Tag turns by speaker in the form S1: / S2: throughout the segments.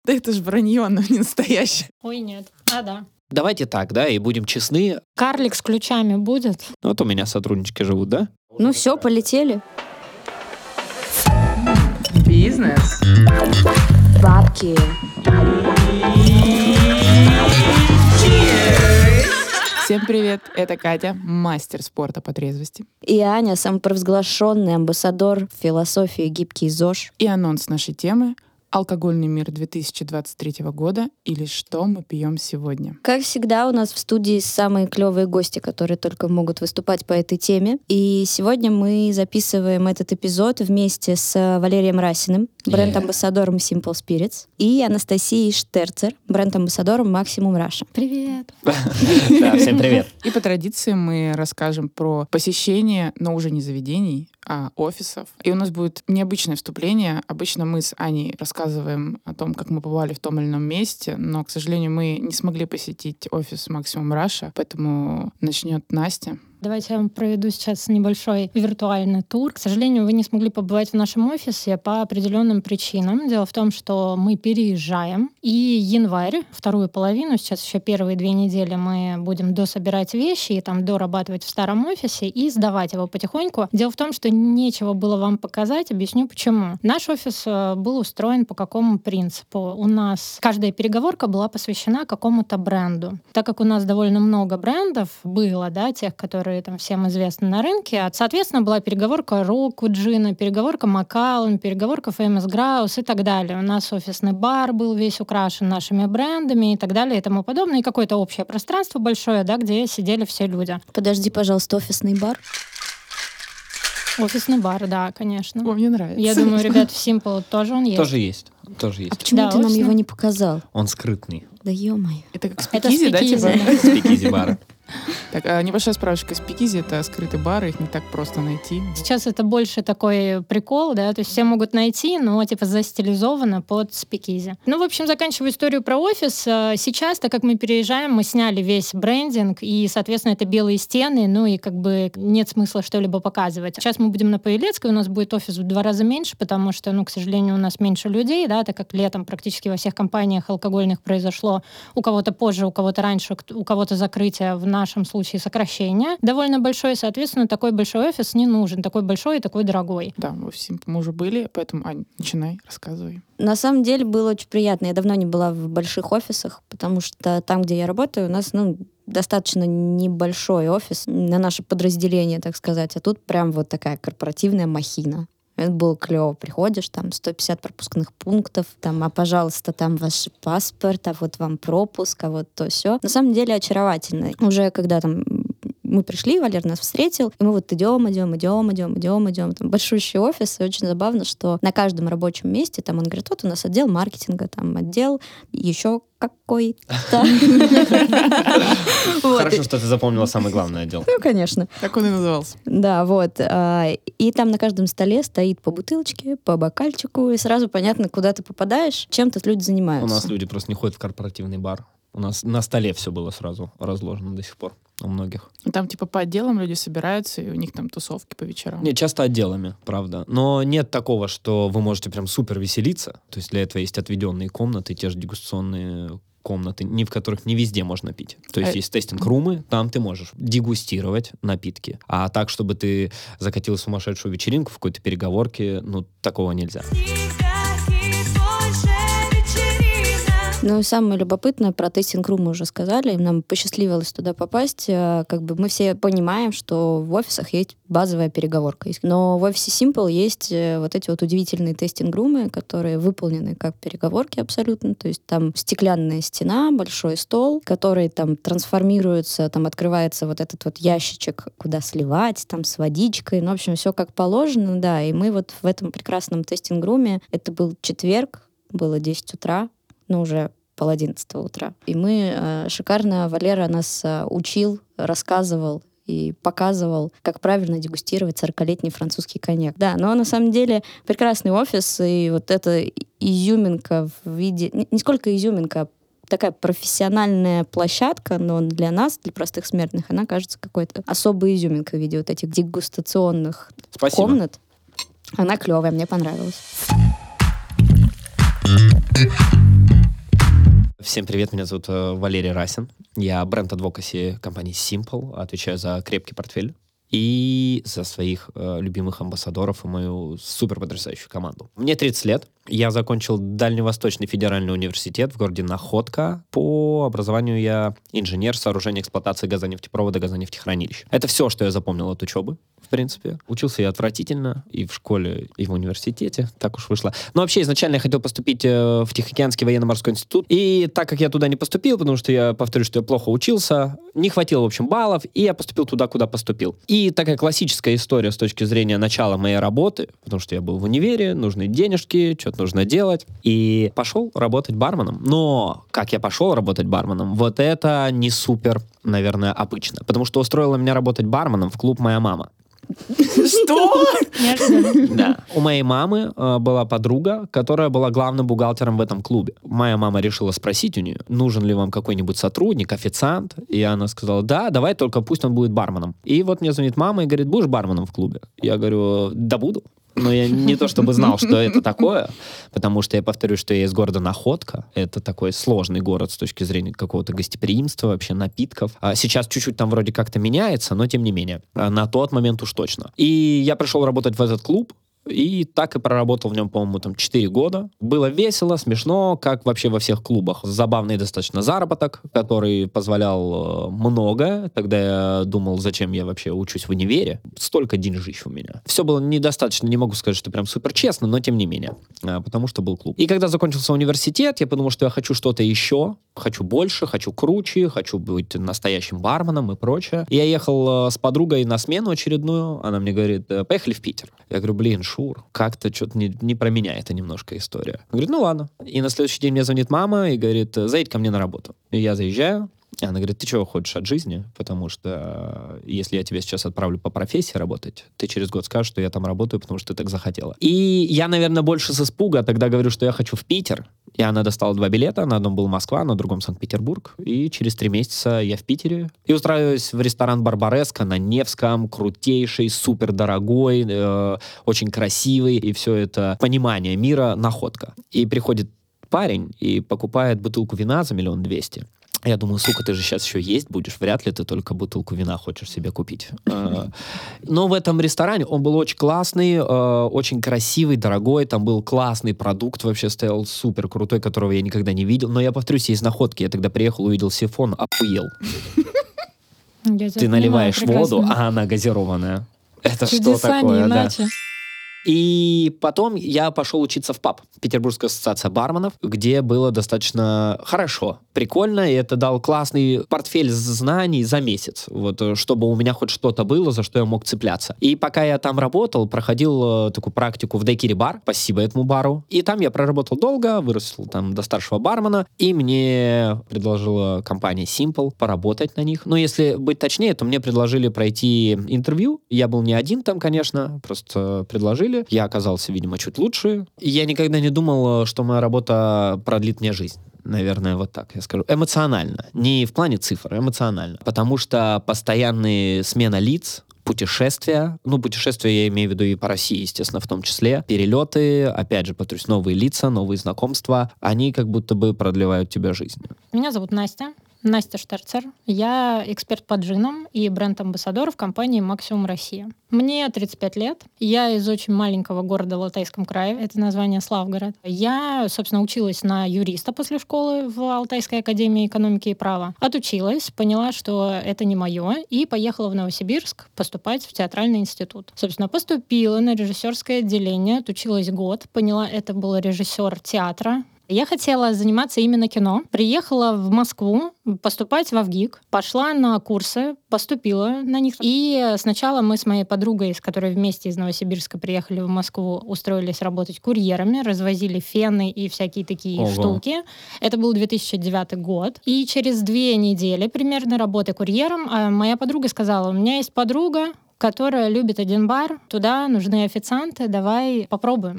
S1: Да это ж вранье, но не настоящее.
S2: Ой, нет. Да.
S3: Давайте так, да, и будем честны.
S2: Карлик с ключами будет?
S3: Ну, вот у меня сотруднички живут, да?
S4: Ну все, полетели.
S1: Бизнес.
S4: Бабки.
S1: Всем привет, это Катя, мастер спорта по трезвости.
S4: И Аня, самопровозглашенный амбассадор философии гибкий ЗОЖ.
S1: И анонс нашей темы — алкогольный мир 2023 года или что мы пьем сегодня.
S4: Как всегда, у нас в студии самые клевые гости, которые только могут выступать по этой теме. И сегодня мы записываем этот эпизод вместе с Валерием Расиным, бренд-амбассадором Simple Spirits, и Анастасией Штерцер, бренд-амбассадором Maximum Russia.
S2: Привет.
S3: Да, всем привет.
S1: И по традиции мы расскажем про посещение, но уже не заведений, а офисов. И у нас будет необычное вступление. Обычно мы с Аней рассказываем о том, как мы побывали в том или ином месте, но, к сожалению, мы не смогли посетить офис Maximum Russia, поэтому начнет Настя.
S2: Давайте я вам проведу сейчас небольшой виртуальный тур. К сожалению, вы не смогли побывать в нашем офисе по определенным причинам. Дело в том, что мы переезжаем, и январь, вторую половину, сейчас еще первые 2 недели мы будем дособирать вещи и там дорабатывать в старом офисе и сдавать его потихоньку. Дело в том, что нечего было вам показать, объясню почему. Наш офис был устроен по какому принципу? У нас каждая переговорка была посвящена какому-то бренду. Так как у нас довольно много брендов было, да, тех, которые там всем известны на рынке. Соответственно, была переговорка Року Джина, переговорка Макаллан, переговорка Famous Grouse и так далее. У нас офисный бар был весь украшен нашими брендами и так далее и тому подобное. И какое-то общее пространство большое, да, где сидели все люди.
S4: Подожди, пожалуйста, офисный бар?
S2: Офисный бар, да, конечно.
S1: О, мне нравится.
S2: Я думаю, ребят, в Simple тоже он есть.
S3: Тоже есть.
S4: А почему
S2: Да,
S4: ты нам
S2: офисный.
S4: его не показал?
S3: Он скрытный.
S4: Да ё-моё.
S1: Это как
S2: Это
S1: спикизи, да,
S2: спикизи.
S1: типа?
S3: Спикизи бара.
S1: Так, небольшая справочка. Спикизи — это скрытый бар, их не так просто найти.
S2: Сейчас это больше такой прикол, да, то есть все могут найти, но типа застилизовано под спикизи. Ну, в общем, заканчивая историю про офис, сейчас, так как мы переезжаем, мы сняли весь брендинг, и, соответственно, это белые стены, ну и как бы нет смысла что-либо показывать. Сейчас мы будем на Павелецкой, у нас будет офис в 2 раза меньше, потому что, ну, к сожалению, у нас меньше людей, да, так как летом практически во всех компаниях алкогольных произошло у кого-то позже, у кого-то раньше, у кого-то закрытие, в нашем случае сокращение. Довольно большой, соответственно, такой большой офис не нужен, такой большой и такой дорогой.
S1: Да, мы уже были, поэтому, Ань, начинай, рассказывай.
S4: На самом деле было очень приятно. Я давно не была в больших офисах, потому что там, где я работаю, у нас, достаточно небольшой офис на наше подразделение, так сказать. А тут прям вот такая корпоративная махина. Это было клево. Приходишь, там 150 пропускных пунктов, там, пожалуйста, там ваш паспорт, а вот вам пропуск, а вот то все. На самом деле очаровательно. Уже когда там мы пришли, Валер нас встретил, и мы вот идем. Там большущий офис, и очень забавно, что на каждом рабочем месте, там он говорит, вот у нас отдел маркетинга, там отдел еще какой-то.
S3: Хорошо, что ты запомнила самый главный отдел.
S4: Ну, конечно.
S1: Так он и назывался.
S4: Да, вот. И там на каждом столе стоит по бутылочке, по бокальчику, и сразу понятно, куда ты попадаешь, чем тут люди
S3: У
S4: занимаются.
S3: нас люди просто не ходят в корпоративный бар. У нас на столе все было сразу разложено до сих пор у многих.
S1: Там типа по отделам люди собираются, и у них там тусовки по вечерам.
S3: Нет, часто отделами, правда. Но нет такого, что вы можете прям супер веселиться. То есть для этого есть отведенные комнаты, те же дегустационные комнаты, в которых не везде можно пить. То есть есть тестинг-румы, там ты можешь дегустировать напитки. А так, чтобы ты закатил сумасшедшую вечеринку в какой-то переговорке, такого нельзя.
S4: Ну и самое любопытное, про тестинг-рум мы уже сказали, нам посчастливилось туда попасть. Как бы мы все понимаем, что в офисах есть базовая переговорка. Но в офисе Simple есть вот эти вот удивительные тестинг-румы, которые выполнены как переговорки абсолютно. То есть там стеклянная стена, большой стол, который там трансформируется, там открывается вот этот вот ящичек, куда сливать, там с водичкой. Ну, в общем, все как положено, да. И мы вот в этом прекрасном тестинг-руме, это был четверг, было 10 утра, уже 10:30 утра. И мы шикарно, Валера нас учил, рассказывал и показывал, как правильно дегустировать 40-летний французский коньяк. Да, но на самом деле прекрасный офис, и вот эта изюминка в виде... Не сколько изюминка, а такая профессиональная площадка, но для нас, для простых смертных, она кажется какой-то особой изюминкой в виде вот этих дегустационных комнат. Она клевая, мне понравилась.
S3: Всем привет, меня зовут Валерий Расин. Я бренд-адвокаси компании Simple, отвечаю за крепкий портфель и за своих любимых амбассадоров и мою супер потрясающую команду. Мне 30 лет. Я закончил Дальневосточный федеральный университет в городе Находка. По образованию я инженер сооружения эксплуатации газонефтепровода, газонефтехранилища. Это все, что я запомнил от учебы, в принципе. Учился я отвратительно и в школе, и в университете. Так уж вышло. Но вообще, изначально я хотел поступить в Тихоокеанский военно-морской институт. И так как я туда не поступил, потому что я повторю, что я плохо учился, не хватило, в общем, баллов, и я поступил туда, куда поступил. И такая классическая история с точки зрения начала моей работы, потому что я был в универе, нужны денежки, что-то нужно делать. И пошел работать барменом. Но как я пошел работать барменом, вот это не супер, наверное, обычно. Потому что устроила меня работать барменом в клуб моя мама.
S1: Что?
S3: Да. У моей мамы была подруга, которая была главным бухгалтером в этом клубе. Моя мама решила спросить у нее, нужен ли вам какой-нибудь сотрудник, официант. И она сказала, да, давай, только пусть он будет барменом. И вот мне звонит мама и говорит, будешь барменом в клубе? Я говорю, да буду. Но я не то чтобы знал, что это такое, потому что я повторю, что я из города Находка. Это такой сложный город с точки зрения какого-то гостеприимства, вообще напитков. А сейчас чуть-чуть там вроде как-то меняется, но тем не менее. На тот момент уж точно. И я пришел работать в этот клуб, и так и проработал в нем, по-моему, там 4 года. Было весело, смешно, как вообще во всех клубах. Забавный достаточно заработок, который позволял много. Тогда я думал, зачем я вообще учусь в универе. Столько деньжищ у меня. Все было недостаточно, не могу сказать, что прям супер честно, но тем не менее. Потому что был клуб. И когда закончился университет, я подумал, что я хочу что-то еще. Хочу больше, хочу круче, хочу быть настоящим барменом и прочее. И я ехал с подругой на смену очередную. Она мне говорит, поехали в Питер. Я говорю, блин, шур, как-то что-то не про меня это немножко история. Она говорит, ну ладно. И на следующий день мне звонит мама и говорит, заедь ко мне на работу. И я заезжаю. И она говорит, ты чего хочешь от жизни? Потому что если я тебя сейчас отправлю по профессии работать, ты через год скажешь, что я там работаю, потому что ты так захотела. И я, наверное, больше с испуга тогда говорю, что я хочу в Питер. И она достала 2 билета. На одном был Москва, на другом Санкт-Петербург. И через 3 месяца я в Питере. И устраиваюсь в ресторан «Барбареско» на Невском. Крутейший, супердорогой, очень красивый. И все это понимание мира Находка. И приходит парень и покупает бутылку вина за 1 200 000. Я думаю, сука, ты же сейчас еще есть будешь, вряд ли ты только бутылку вина хочешь себе купить. Но в этом ресторане он был очень классный, очень красивый, дорогой, там был классный продукт, вообще стоял супер крутой, которого я никогда не видел. Но я повторюсь, из Находки, я тогда приехал, увидел сифон, охуел. Ты наливаешь воду, а она газированная. Это что такое, да? И потом я пошел учиться в ПАБ, Петербургская ассоциация барменов, где было достаточно хорошо, прикольно, и это дал классный портфель знаний за месяц, вот, чтобы у меня хоть что-то было, за что я мог цепляться. И пока я там работал, проходил такую практику в Дайкири бар, спасибо этому бару, и там я проработал долго, вырастил там до старшего бармена, и мне предложила компания Simple поработать на них. Но если быть точнее, то мне предложили пройти интервью, я был не один там, конечно, просто предложили. Я оказался, видимо, чуть лучше. Я никогда не думал, что моя работа продлит мне жизнь. Наверное, вот так я скажу. Эмоционально. Не в плане цифр, эмоционально. Потому что постоянная смена лиц, путешествия, путешествия я имею в виду и по России, естественно, в том числе, перелеты, опять же, повторюсь, новые лица, новые знакомства, они как будто бы продлевают тебе жизнь.
S2: Меня зовут Настя Штерцер. Я эксперт по джинам и бренд-амбассадор в компании «Максимум Россия». Мне 35 лет. Я из очень маленького города в Алтайском крае. Это название Славгород. Я, собственно, училась на юриста после школы в Алтайской академии экономики и права. Отучилась, поняла, что это не мое, и поехала в Новосибирск поступать в театральный институт. Собственно, поступила на режиссерское отделение, отучилась год, поняла, это был режиссер театра. Я хотела заниматься именно кино. Приехала в Москву поступать в ВГИК, пошла на курсы, поступила на них. И сначала мы с моей подругой, с которой вместе из Новосибирска приехали в Москву, устроились работать курьерами, развозили фены и всякие такие штуки. Это был 2009 год. И через 2 недели примерно работы курьером моя подруга сказала, у меня есть подруга, которая любит один бар, туда нужны официанты, давай попробуем.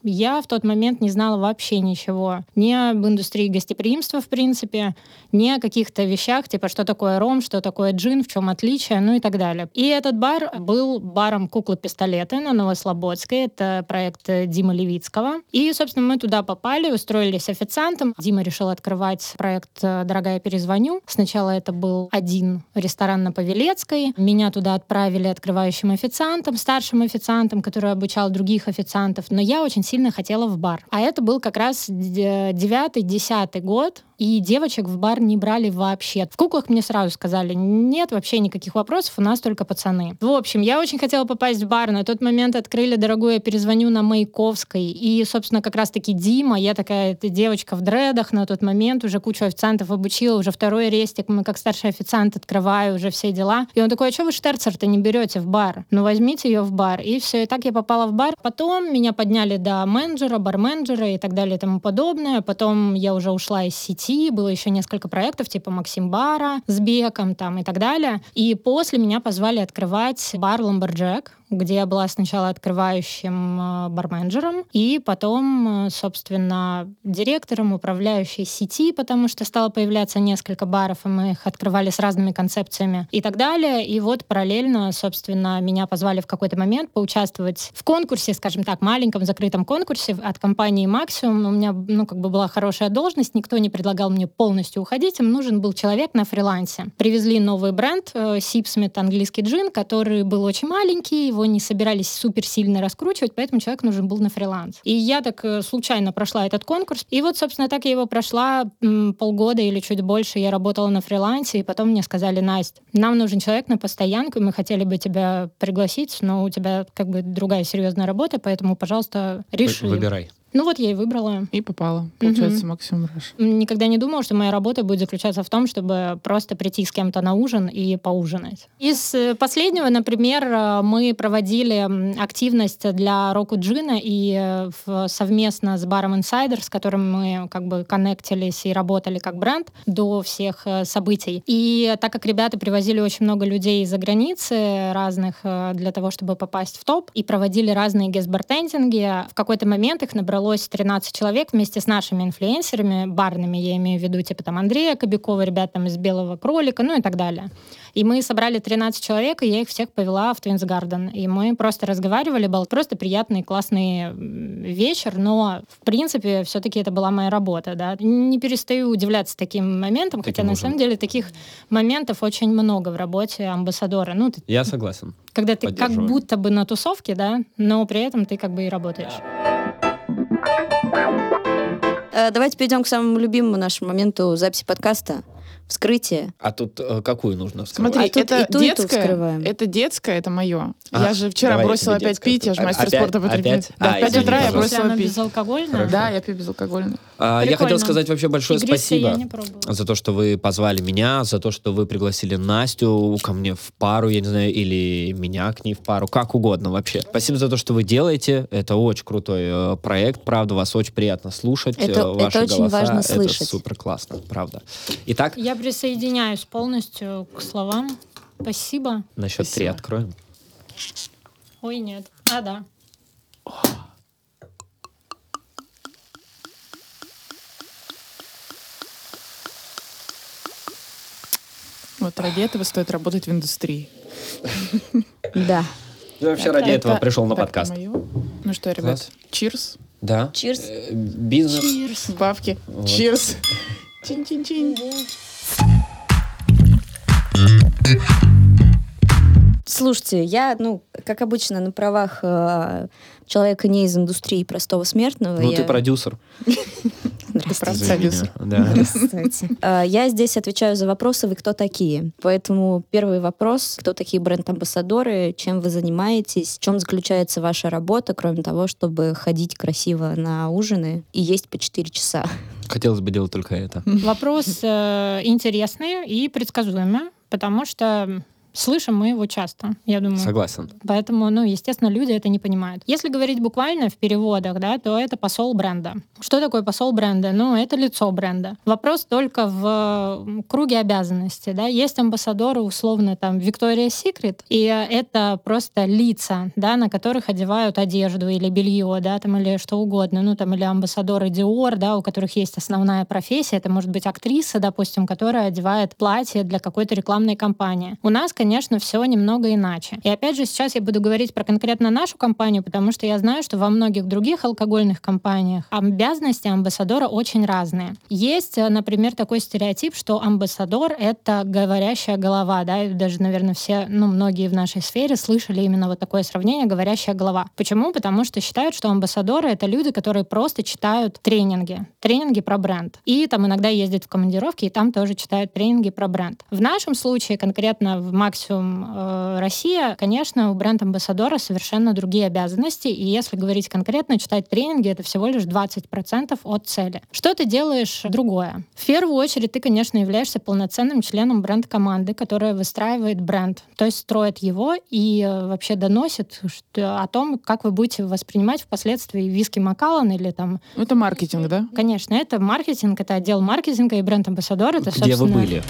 S2: Я в тот момент не знала вообще ничего. Ни об индустрии гостеприимства, в принципе, ни о каких-то вещах, типа, что такое ром, что такое джин, в чем отличие, ну и так далее. И этот бар был баром «Куклы-пистолеты» на Новослободской. Это проект Димы Левицкого. И, собственно, мы туда попали, устроились официантом. Дима решил открывать проект «Дорогая, перезвоню». Сначала это был один ресторан на Павелецкой. Меня туда отправили открывающим официантом, старшим официантом, который обучал других официантов. Но я очень сильно хотела в бар. А это был как раз 9-10 год, и девочек в бар не брали вообще. В «Куклах» мне сразу сказали, нет вообще никаких вопросов, у нас только пацаны. В общем, я очень хотела попасть в бар. На тот момент открыли «Дорогую, я перезвоню» на Маяковской. И, собственно, как раз-таки Дима, я такая девочка в дредах на тот момент, уже кучу официантов обучила, уже второй рестик, мы как старший официант открываю, уже все дела. И он такой, а что вы Штерцер-то не берете в бар? Ну, возьмите ее в бар. И все, и так я попала в бар. Потом меня подняли до менеджера, барменджера и так далее и тому подобное. Потом я уже ушла из сети, было еще несколько проектов, типа Максим Бара с Беком там и так далее. И после меня позвали открывать бар «Ламберджек», где я была сначала открывающим барменджером, и потом, собственно, директором управляющей сети, потому что стало появляться несколько баров, и мы их открывали с разными концепциями и так далее. И вот параллельно, собственно, меня позвали в какой-то момент поучаствовать в конкурсе, скажем так, маленьком закрытом конкурсе от компании «Максимум». У меня, была хорошая должность, никто не предлагал мне полностью уходить, им нужен был человек на фрилансе. Привезли новый бренд, Сипсмит, английский джин, который был очень маленький, его не собирались супер сильно раскручивать, поэтому человек нужен был на фриланс. И я так случайно прошла этот конкурс. И вот, собственно, так я его прошла полгода или чуть больше. Я работала на фрилансе, и потом мне сказали, Настя, нам нужен человек на постоянку, и мы хотели бы тебя пригласить, но у тебя другая серьезная работа, поэтому, пожалуйста, реши.
S3: Выбирай.
S2: Ну вот я и выбрала.
S1: И попала, получается, Максимум Раш.
S2: Никогда не думала, что моя работа будет заключаться в том, чтобы просто прийти с кем-то на ужин и поужинать. Из последнего, например, мы проводили активность для Року Джина и совместно с баром Insider, с которым мы коннектились и работали как бренд до всех событий. И так как ребята привозили очень много людей из-за границы разных для того, чтобы попасть в топ, и проводили разные гест-бартендинги, в какой-то момент их набралось 13 человек вместе с нашими инфлюенсерами, барными, я имею в виду, типа Андрея Кобякова, ребят из «Белого кролика», ну и так далее. И мы собрали 13 человек, и я их всех повела в Twins Garden. И мы просто разговаривали, был просто приятный, классный вечер, но, в принципе, все-таки это была моя работа, да. Не перестаю удивляться таким моментам, хотя, на самом деле, таких моментов очень много в работе амбассадора.
S3: Я согласен.
S2: Когда ты как будто бы на тусовке, да, но при этом ты и работаешь.
S4: Давайте перейдем к самому любимому нашему моменту записи подкаста. Вскрытие.
S3: А тут какую нужно вскрывать?
S1: Смотри, это
S4: детское,
S1: это мое. Я же вчера бросила опять пить, я же мастер спорта потребитель.
S3: Да,
S1: в 5 утра я бросила пить.
S2: Безалкогольное?
S1: Да, я пью безалкогольное.
S3: Я хотел сказать вообще большое спасибо
S2: за
S3: за то, что вы позвали меня, за то, что вы пригласили Настю ко мне в пару, я не знаю, или меня к ней в пару, как угодно вообще. Спасибо за то, что вы делаете. Это очень крутой проект, правда, вас очень приятно слушать.
S4: Это
S3: ваши
S4: очень
S3: голоса,
S4: важно слышать.
S3: Это супер классно, правда. Итак,
S2: я присоединяюсь полностью к словам. Спасибо.
S3: На счет 3 откроем.
S2: Ой, нет. Да.
S1: Вот ради этого стоит работать в индустрии.
S4: Да.
S3: Я вообще ради этого пришел на подкаст.
S1: Ну что, ребят, cheers.
S3: Да.
S4: Cheers.
S3: Бизнес.
S1: Cheers. Бабки. Вот. Cheers. Чин-чин-чин.
S4: Слушайте, я, как обычно, на правах человека не из индустрии, простого смертного.
S3: Ты продюсер.
S4: Здравствуйте. Здравствуйте. Я здесь отвечаю за вопросы «Вы кто такие?». Поэтому первый вопрос: кто такие бренд-амбассадоры, чем вы занимаетесь, в чем заключается ваша работа, кроме того, чтобы ходить красиво на ужины и есть по 4 часа?
S3: Хотелось бы делать только это.
S2: Вопрос интересный и предсказуемый, потому что Слышим мы его часто, я думаю.
S3: Согласен.
S2: Поэтому, естественно, люди это не понимают. Если говорить буквально в переводах, да, то это посол бренда. Что такое посол бренда? Это лицо бренда. Вопрос только в круге обязанностей. Да. Есть амбассадоры, условно, там, Victoria's Secret, и это просто лица, да, на которых одевают одежду или белье, да, там, или что угодно. Или амбассадоры Dior, да, у которых есть основная профессия. Это может быть актриса, допустим, которая одевает платье для какой-то рекламной кампании. У нас, конечно, все немного иначе. И опять же, сейчас я буду говорить про конкретно нашу компанию, потому что я знаю, что во многих других алкогольных компаниях обязанности амбассадора очень разные. Есть, например, такой стереотип, что амбассадор — это говорящая голова, да, и даже, наверное, все, многие в нашей сфере слышали именно вот такое сравнение «говорящая голова». Почему? Потому что считают, что амбассадоры — это люди, которые просто читают тренинги про бренд. И там иногда ездят в командировки, и там тоже читают тренинги про бренд. В нашем случае, конкретно в Maximum Россия, конечно, у бренд-амбассадора совершенно другие обязанности, и если говорить конкретно, читать тренинги — это всего лишь 20% от цели. Что ты делаешь другое? В первую очередь ты, конечно, являешься полноценным членом бренд-команды, которая выстраивает бренд, то есть строит его и вообще доносит о том, как вы будете воспринимать впоследствии виски Макаллан или там...
S1: Это маркетинг, да?
S2: Конечно, это маркетинг, это отдел маркетинга и бренд-амбассадор. Это,
S3: где вы были?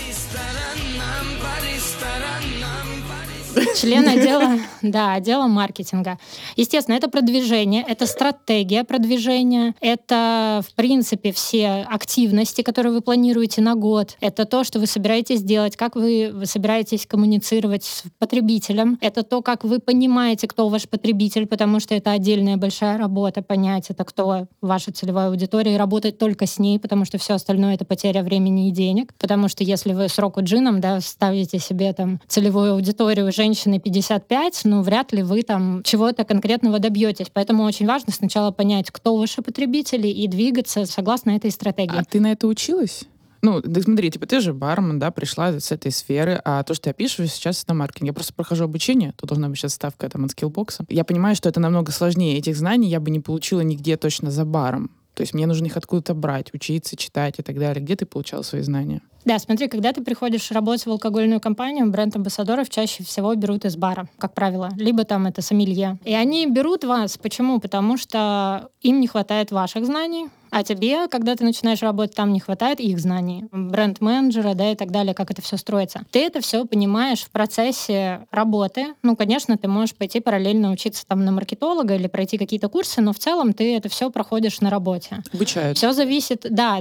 S2: Член отдела маркетинга. Естественно, это продвижение, это стратегия продвижения, это, в принципе, все активности, которые вы планируете на год, это то, что вы собираетесь делать, как вы собираетесь коммуницировать с потребителем, это то, как вы понимаете, кто ваш потребитель, потому что это отдельная большая работа, понять, это кто ваша целевая аудитория, и работать только с ней, потому что все остальное — это потеря времени и денег, потому что если вы с Rocco Gin, да, ставите себе там целевую аудиторию женщины 55, вряд ли вы там чего-то конкретного добьетесь. Поэтому очень важно сначала понять, кто ваши потребители, и двигаться согласно этой стратегии.
S1: А ты на это училась? Смотри, ты же бармен, да, пришла с этой сферы, а то, что ты описываешь сейчас, это маркетинг. Я просто прохожу обучение, тут должна быть сейчас ставка там от скиллбокса. Я понимаю, что это намного сложнее. Этих знаний я бы не получила нигде точно за баром. То есть мне нужно их откуда-то брать, учиться, читать и так далее. Где ты получала свои знания?
S2: Да, смотри, когда ты приходишь работать в алкогольную компанию, бренд-амбассадоров чаще всего берут из бара, как правило. Либо там это сомелье. И они берут вас. Почему? Потому что им не хватает ваших знаний, а тебе, когда ты начинаешь работать, там не хватает их знаний, бренд-менеджера, да, и так далее, как это все строится. Ты это все понимаешь в процессе работы. Конечно, ты можешь пойти параллельно учиться там на маркетолога или пройти какие-то курсы, но в целом ты это все проходишь на работе.
S1: Обучают.
S2: Все зависит,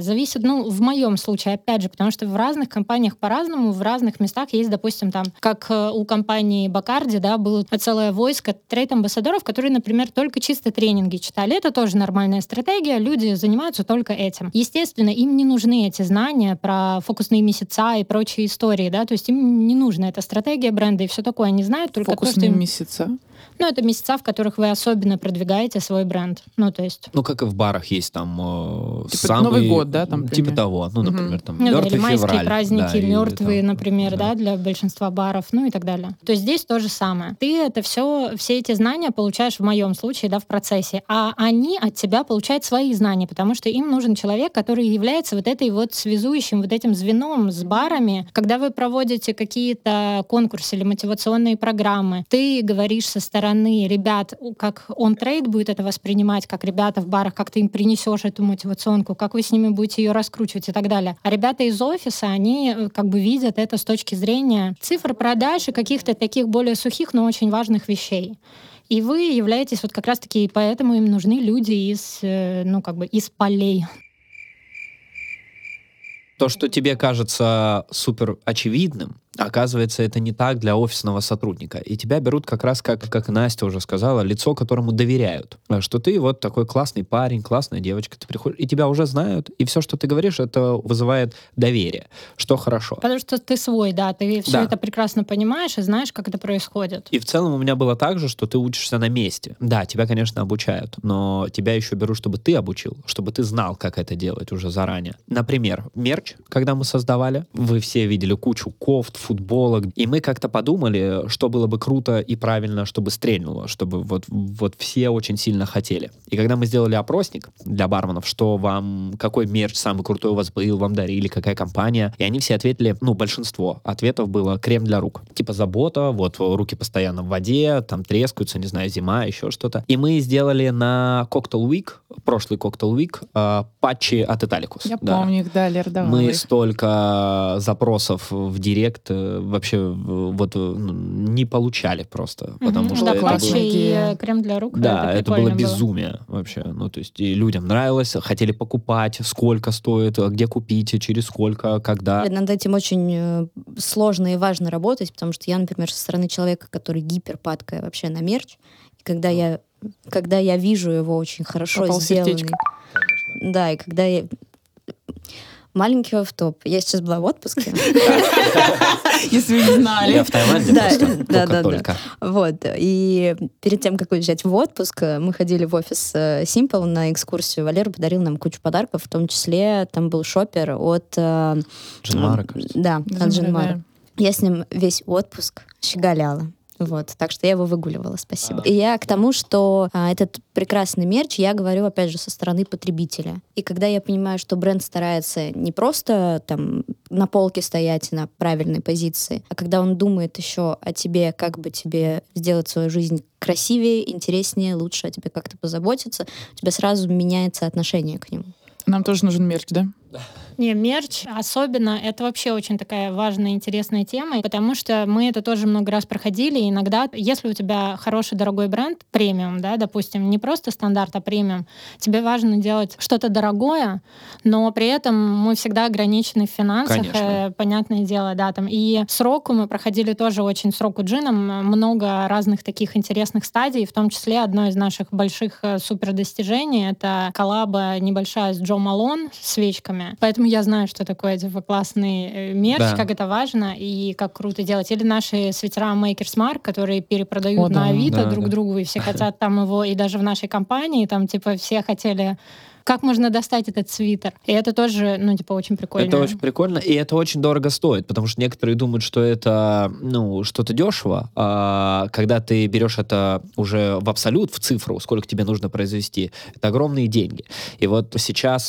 S2: в моем случае, опять же, потому что в разных компаниях по-разному, в разных местах есть, допустим, там, как у компании Бакарди, да, было целое войско трейд-амбассадоров, которые, например, только чисто тренинги читали. Это тоже нормальная стратегия, люди занимаются только этим. Естественно, им не нужны эти знания про фокусные месяца и прочие истории, да, то есть им не нужна эта стратегия бренда и все такое, они знают только
S1: фокусные
S2: то, что им...
S1: месяца?
S2: Это месяца, в которых вы особенно продвигаете свой бренд.
S3: Как и в барах есть там
S1: самый... Новый год, да? Там,
S3: типа того. Например, там мертвый
S2: или майские
S3: февраль.
S2: праздники,
S3: Да,
S2: мертвые,
S3: там,
S2: например, да, для большинства баров, и так далее. То есть здесь то же самое. Ты это все эти знания получаешь в моем случае, да, в процессе, а они от тебя получают свои знания, потому что им нужен человек, который является вот этой вот связующим вот этим звеном с барами. Когда вы проводите какие-то конкурсы или мотивационные программы, ты говоришь со стороны ребят, как он-трейд будет это воспринимать, как ребята в барах, как ты им принесешь эту мотивационку, как вы с ними будете ее раскручивать и так далее. А ребята из офиса, они видят это с точки зрения цифр продаж и каких-то таких более сухих, но очень важных вещей. И вы являетесь как раз-таки, поэтому им нужны люди из полей.
S3: То, что тебе кажется супер очевидным, оказывается, это не так для офисного сотрудника. И тебя берут как раз, как Настя уже сказала, лицо, которому доверяют. Что ты вот такой классный парень, классная девочка, ты приходишь, и тебя уже знают, и все, что ты говоришь, это вызывает доверие, что хорошо.
S2: Потому что ты свой, да, ты все это прекрасно понимаешь и знаешь, как это происходит.
S3: И в целом у меня было так же, что ты учишься на месте. Да, тебя, конечно, обучают, но тебя еще берут, чтобы ты обучил, чтобы ты знал, как это делать уже заранее. Например, мерч, когда мы создавали, вы все видели кучу кофт, футболок. И мы как-то подумали, что было бы круто и правильно, чтобы стрельнуло, чтобы вот все очень сильно хотели. И когда мы сделали опросник для барменов, что вам, какой мерч самый крутой у вас был, вам дарили, какая компания, и они все ответили, большинство ответов было крем для рук. Типа забота, вот руки постоянно в воде, там трескаются, не знаю, зима, еще что-то. И мы сделали на Cocktail Week, прошлый Cocktail Week, патчи от Italicus.
S1: Я помню их, да, Лер, давай.
S3: Мы столько запросов в директ вообще не получали просто, потому что это
S2: патчи
S3: было...
S2: и крем для рук.
S3: Да, это было безумие вообще. То есть и людям нравилось, хотели покупать, сколько стоит, где купить, через сколько, когда.
S4: Над этим очень сложно и важно работать, потому что я, например, со стороны человека, который гиперпадкая вообще на мерч, и когда я вижу его очень хорошо сделанный. Да, и когда я... Маленький офф-топ. Я сейчас была в отпуске.
S1: Если вы не знали.
S3: Я в Таиланде просто только.
S4: Вот. И перед тем, как уезжать в отпуск, мы ходили в офис Simple на экскурсию. Валера подарил нам кучу подарков, в том числе там был шопер от...
S3: Джинмара, кажется.
S4: Да, от Джинмара. Я с ним весь отпуск щеголяла. Вот, так что я его выгуливала, спасибо. И я к тому, что этот прекрасный мерч, я говорю, опять же, со стороны потребителя. И когда я понимаю, что бренд старается не просто там на полке стоять на правильной позиции, а когда он думает еще о тебе, как бы тебе сделать свою жизнь красивее, интереснее, лучше о тебе как-то позаботиться, у тебя сразу меняется отношение к нему.
S1: Нам тоже нужен мерч, да?
S2: Не, мерч особенно, это вообще очень такая важная, интересная тема, потому что мы это тоже много раз проходили, и иногда, если у тебя хороший, дорогой бренд, премиум, да, допустим, не просто стандарт, а премиум, тебе важно делать что-то дорогое, но при этом мы всегда ограничены в финансах, понятное дело, да, там, и сроку мы проходили тоже очень сроку джином, много разных таких интересных стадий, в том числе одно из наших больших супердостижений — это коллаба небольшая с Джо Малон с свечками, поэтому я знаю, что такое типа классный мерч, да, как это важно и как круто делать. Или наши свитера Makers Mark, которые перепродают на Авито друг другу, и все хотят там его, и даже в нашей компании там типа все хотели... Как можно достать этот свитер? И это тоже, очень прикольно.
S3: Это очень прикольно, и это очень дорого стоит, потому что некоторые думают, что это, что-то дешево, а когда ты берешь это уже в абсолют, в цифру, сколько тебе нужно произвести, это огромные деньги. И вот сейчас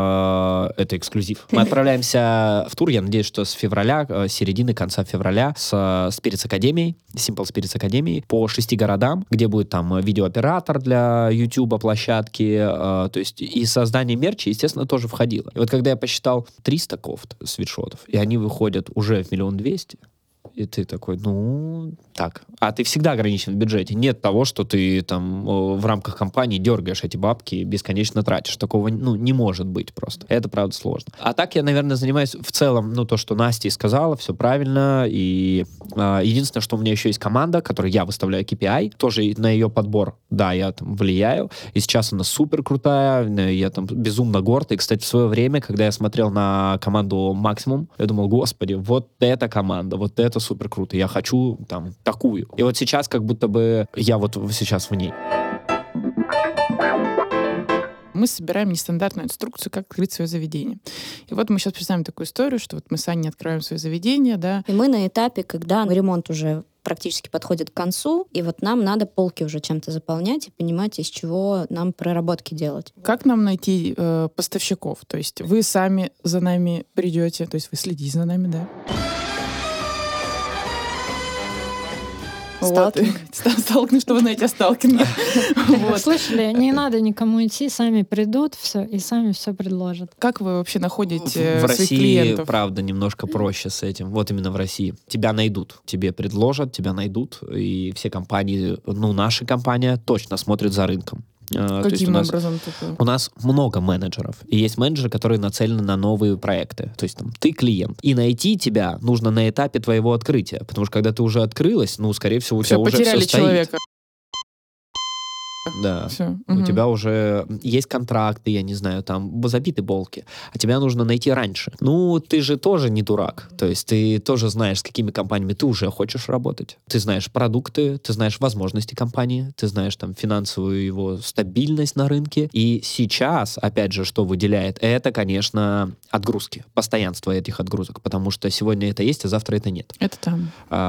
S3: это эксклюзив. Мы отправляемся в тур, я надеюсь, что с февраля, середины, конца февраля, с Spirits Академией, Simple Spirits Академией, по 6 городам, где будет там видеооператор для YouTube площадки, то есть и создание мерча, естественно, тоже входило. И вот когда я посчитал 300 кофт, свитшотов, и они выходят уже в 1 200 000, и ты такой, так. А ты всегда ограничен в бюджете. Нет того, что ты там в рамках компании дергаешь эти бабки, бесконечно тратишь. Такого, не может быть просто. Это, правда, сложно. А так я, наверное, занимаюсь в целом, то, что Настя сказала, все правильно. И единственное, что у меня еще есть команда, которой я выставляю KPI, тоже на ее подбор, да, я там влияю. И сейчас она супер крутая, я там безумно горд. И, кстати, в свое время, когда я смотрел на команду Максимум, я думал, господи, вот эта команда, вот это супер круто, я хочу там такую. И вот сейчас как будто бы я вот сейчас в ней.
S1: Мы собираем нестандартную инструкцию, как открыть свое заведение. И вот мы сейчас представим такую историю, что вот мы с Аней открываем свое заведение, да.
S4: И мы на этапе, когда ремонт уже практически подходит к концу, и вот нам надо полки уже чем-то заполнять и понимать, из чего нам проработки делать.
S1: Как нам найти поставщиков? То есть вы сами за нами придете, то есть вы следите за нами, да?
S4: Сталкинг.
S1: Сталкинг, чтобы найти сталкинга.
S2: Слышали, не надо никому идти, сами придут все и сами все предложат.
S1: Как вы вообще находите
S3: в
S1: своих
S3: России,
S1: клиентов?
S3: Правда, немножко проще с этим. Вот именно в России. Тебя найдут, тебе предложат, тебя найдут, и все компании, наша компания точно смотрит за рынком.
S1: Каким образом?
S3: У нас много менеджеров. И есть менеджеры, которые нацелены на новые проекты. То есть ты клиент. И найти тебя нужно на этапе твоего открытия. Потому что когда ты уже открылась, скорее всего, у тебя уже все стоит.
S1: Потеряли человека.
S3: Да.
S1: Всё.
S3: У
S1: Мгм.
S3: тебя уже есть контракты, я не знаю, там забиты полки, а тебя нужно найти раньше. Ну, ты же тоже не дурак. То есть ты тоже знаешь, с какими компаниями ты уже хочешь работать. Ты знаешь продукты, ты знаешь возможности компании, ты знаешь там финансовую его стабильность на рынке. И сейчас, опять же, что выделяет, это, конечно, отгрузки, постоянство этих отгрузок, потому что сегодня это есть, а завтра это нет.
S1: Это там.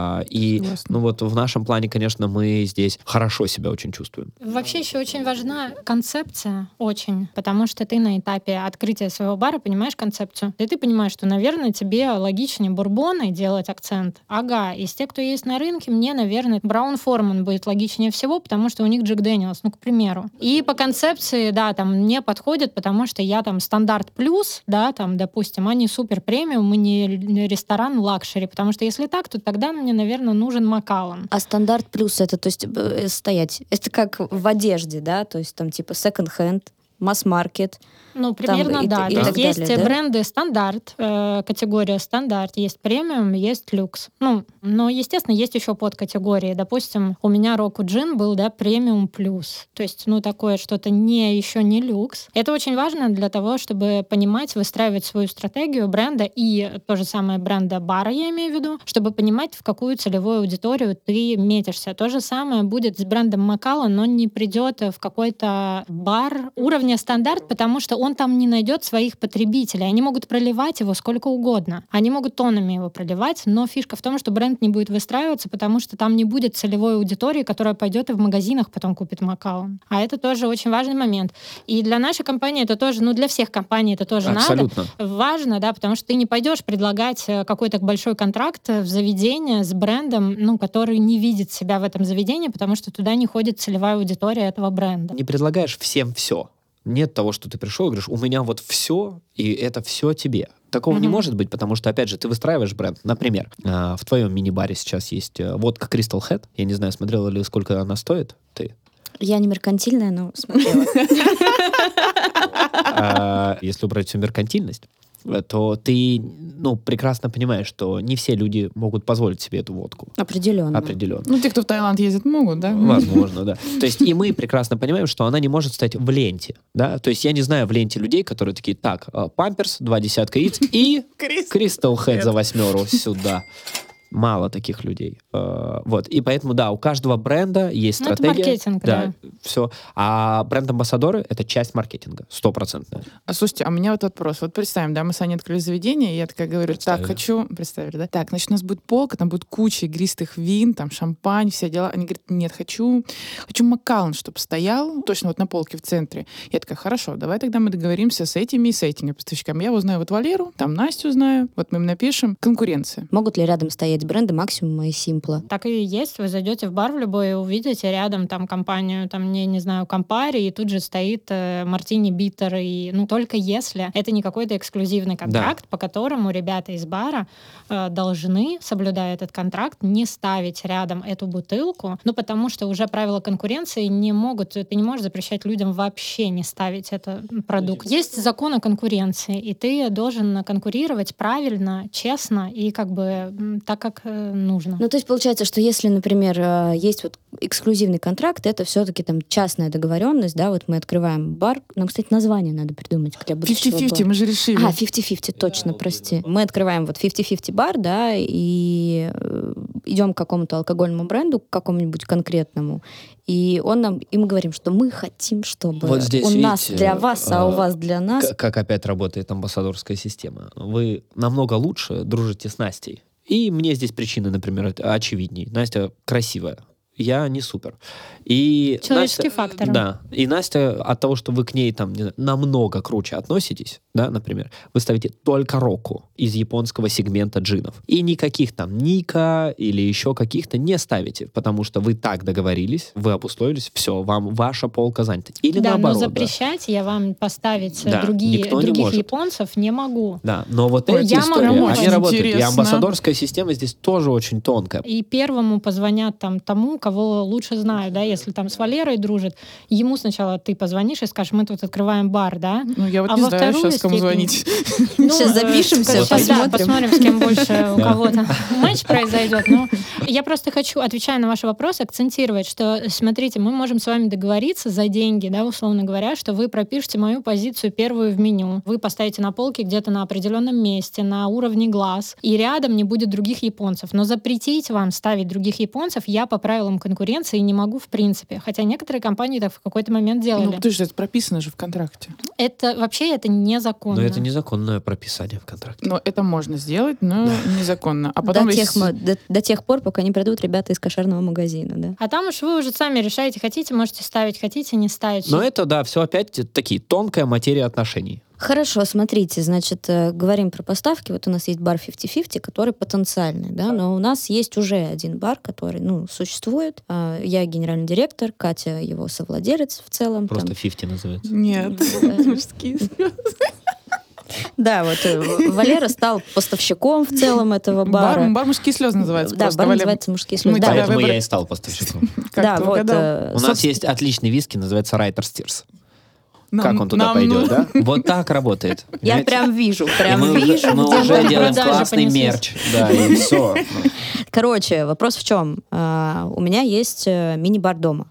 S3: И,
S1: Согласна.
S3: ну вот в нашем плане, конечно, мы здесь хорошо себя очень чувствуем.
S2: Вообще еще очень важна концепция, очень, потому что ты на этапе открытия своего бара понимаешь концепцию, и ты понимаешь, что, наверное, тебе логичнее бурбоны делать акцент. Ага, из тех, кто есть на рынке, мне, наверное, Браун Форман будет логичнее всего, потому что у них Джек Дэниелс, ну, к примеру. И по концепции, да, там, мне подходит, потому что я там стандарт плюс, да, там, допустим, а не супер премиум, и не ресторан лакшери, потому что если так, то тогда мне, наверное, нужен Макаллан.
S4: А стандарт плюс это, то есть, стоять. Это как в одежде, да, то есть там типа second-hand, масс-маркет.
S2: Ну, примерно,
S4: и
S2: да.
S4: и
S2: То
S4: так
S2: есть
S4: далее, да?
S2: бренды стандарт, категория стандарт, есть премиум, есть люкс. Ну, но, естественно, есть еще подкатегории. Допустим, у меня Roku Gin был, да, премиум плюс. То есть, ну, такое что-то еще не люкс. Это очень важно для того, чтобы понимать, выстраивать свою стратегию бренда и то же самое бренда бара, я имею в виду, чтобы понимать, в какую целевую аудиторию ты метишься. То же самое будет с брендом Макаллан, но не придет в какой-то бар уровня стандарт, потому что он там не найдет своих потребителей. Они могут проливать его сколько угодно. Они могут тоннами его проливать, но фишка в том, что бренд не будет выстраиваться, потому что там не будет целевой аудитории, которая пойдет и в магазинах потом купит Макаллан. А это тоже очень важный момент. И для нашей компании это тоже, ну для всех компаний это тоже
S3: Абсолютно.
S2: надо. Важно, да, потому что ты не пойдешь предлагать какой-то большой контракт в заведение с брендом, ну, который не видит себя в этом заведении, потому что туда не ходит целевая аудитория этого бренда.
S3: Не предлагаешь всем все. Нет того, что ты пришел и говоришь, у меня вот все, и это все тебе. Такого не может быть, потому что, опять же, ты выстраиваешь бренд. Например, в твоем мини-баре сейчас есть водка Crystal Head. Я не знаю, смотрела ли, сколько она стоит. Ты?
S4: Я не меркантильная, но смотрела.
S3: Если убрать всю меркантильность, то ты, ну, прекрасно понимаешь, что не все люди могут позволить себе эту водку.
S4: Определенно.
S3: Определенно.
S1: Ну, те, кто в Таиланд ездит, могут, да?
S3: Возможно, да. То есть и мы прекрасно понимаем, что она не может стать в ленте, да. То есть я не знаю в ленте людей, которые такие, так, памперс, 2 десятка яиц и Crystal Head за 8 сюда. Мало таких людей. Вот. И поэтому, да, у каждого бренда есть
S2: Ну, это
S3: стратегия.
S2: маркетинг, да.
S3: Все. А бренд-амбассадоры — это часть маркетинга, 100%.
S1: Слушайте, а у меня вот вопрос. Вот представим, да, мы с Аней открыли заведение, и я такая говорю,
S3: Представили.
S1: так, хочу... Представили, да? Так, значит, у нас будет полка, там будет куча игристых вин, там шампань, все дела. Они говорят, нет, хочу Макаллан, чтобы стоял точно вот на полке в центре. Я такая, хорошо, давай тогда мы договоримся с этими и с этими поставщиками. Я узнаю вот Валеру, там Настю знаю, вот мы им напишем. Конкуренция.
S4: Могут ли рядом стоять бренды Максимума и Симпла?
S2: Так и есть. Вы зайдете в бар в любой и увидите рядом там компанию, там, не знаю, Кампари, и тут же стоит Мартини Биттер. И, ну, только если это не какой-то эксклюзивный контракт, по которому ребята из бара должны, соблюдая этот контракт, не ставить рядом эту бутылку, ну, потому что уже правила конкуренции не могут, ты не можешь запрещать людям вообще не ставить этот продукт. Есть закон о конкуренции, и ты должен конкурировать правильно, честно и как бы так, как нужно.
S4: Ну, то есть получается, что если, например, есть вот эксклюзивный контракт, это все-таки там частная договоренность, да, вот мы открываем бар, нам, кстати, название надо придумать для будущего
S1: 50-50,
S4: бара.
S1: мы же решили.
S4: 50-50, точно, прости. Мы открываем вот 50-50 бар, да, и идем к какому-то алкогольному бренду, к какому-нибудь конкретному, и мы говорим, что мы хотим, чтобы
S3: Вот здесь,
S4: у нас
S3: видите,
S4: для вас, а у вас для нас.
S3: Как опять работает амбассадорская система. Вы намного лучше дружите с Настей. И мне здесь причины, например, очевидней. Настя красивая. Я не супер. И
S2: Человеческий
S3: Настя,
S2: фактор.
S3: Да. И Настя от того, что вы к ней там, не знаю, намного круче относитесь, да, например, вы ставите только Року из японского сегмента джинов. И никаких там Ника или еще каких-то не ставите, потому что вы так договорились, вы обусловились, все, вам ваша полка занята. Или
S2: да,
S3: наоборот.
S2: но запрещать я вам поставить
S3: Да, никто не
S2: других
S3: может.
S2: японцев не могу.
S3: Да, но вот
S2: Ой,
S3: эти
S2: я
S3: истории,
S2: могу.
S3: они
S1: Очень
S3: работают. И
S1: интересно.
S3: амбассадорская система здесь тоже очень тонкая.
S2: И первому позвонят там тому, кого лучше знают, да, если там с Валерой дружит, ему сначала ты позвонишь и скажешь, мы тут открываем бар, да,
S1: Ну, я вот
S2: а
S1: не
S2: во
S1: знаю,
S2: вторую
S1: сейчас кому звонить.
S4: Сейчас запишемся, посмотрим.
S2: Посмотрим, с кем больше у кого-то матч произойдет. Но я просто хочу, отвечая на ваш вопрос, акцентировать, что, смотрите, мы можем с вами договориться за деньги, да, условно говоря, что вы пропишете мою позицию первую в меню, вы поставите на полке где-то на определенном месте, на уровне глаз, и рядом не будет других японцев. Но запретить вам ставить других японцев я по правилам конкуренции не могу в принципе. Хотя некоторые компании так в какой-то момент делали.
S1: Ну, потому что это прописано же в контракте.
S2: Это вообще незаконно.
S3: Но это незаконное прописание в контракте.
S1: Но это можно сделать, но незаконно. А потом
S4: до тех пор, пока не придут ребята из кошерного магазина, да.
S2: А там уж вы уже сами решаете, хотите, можете ставить, хотите, не ставить.
S3: Но это, да, все опять такие тонкая материя отношений.
S4: Хорошо, смотрите, значит, говорим про поставки. Вот у нас есть бар 50-50, который потенциальный, да, но у нас есть уже один бар, который, существует. Я генеральный директор, Катя его совладелец в целом.
S3: Просто 50 называется.
S1: Нет, мужские слезы.
S4: Да, вот Валера стал поставщиком в целом этого бара.
S1: Бар «Мужские слезы» называется.
S4: Да, бар называется «Мужские слезы».
S1: Да,
S3: Поэтому я и стал поставщиком.
S4: Да, вот.
S3: У нас есть отличный виски, называется Райтер Стирс. Как он туда пойдет, да? Вот так работает.
S4: Я прям вижу.
S3: Мы уже делаем классный мерч. Да, и все.
S4: Короче, вопрос в чем? У меня есть мини-бар дома.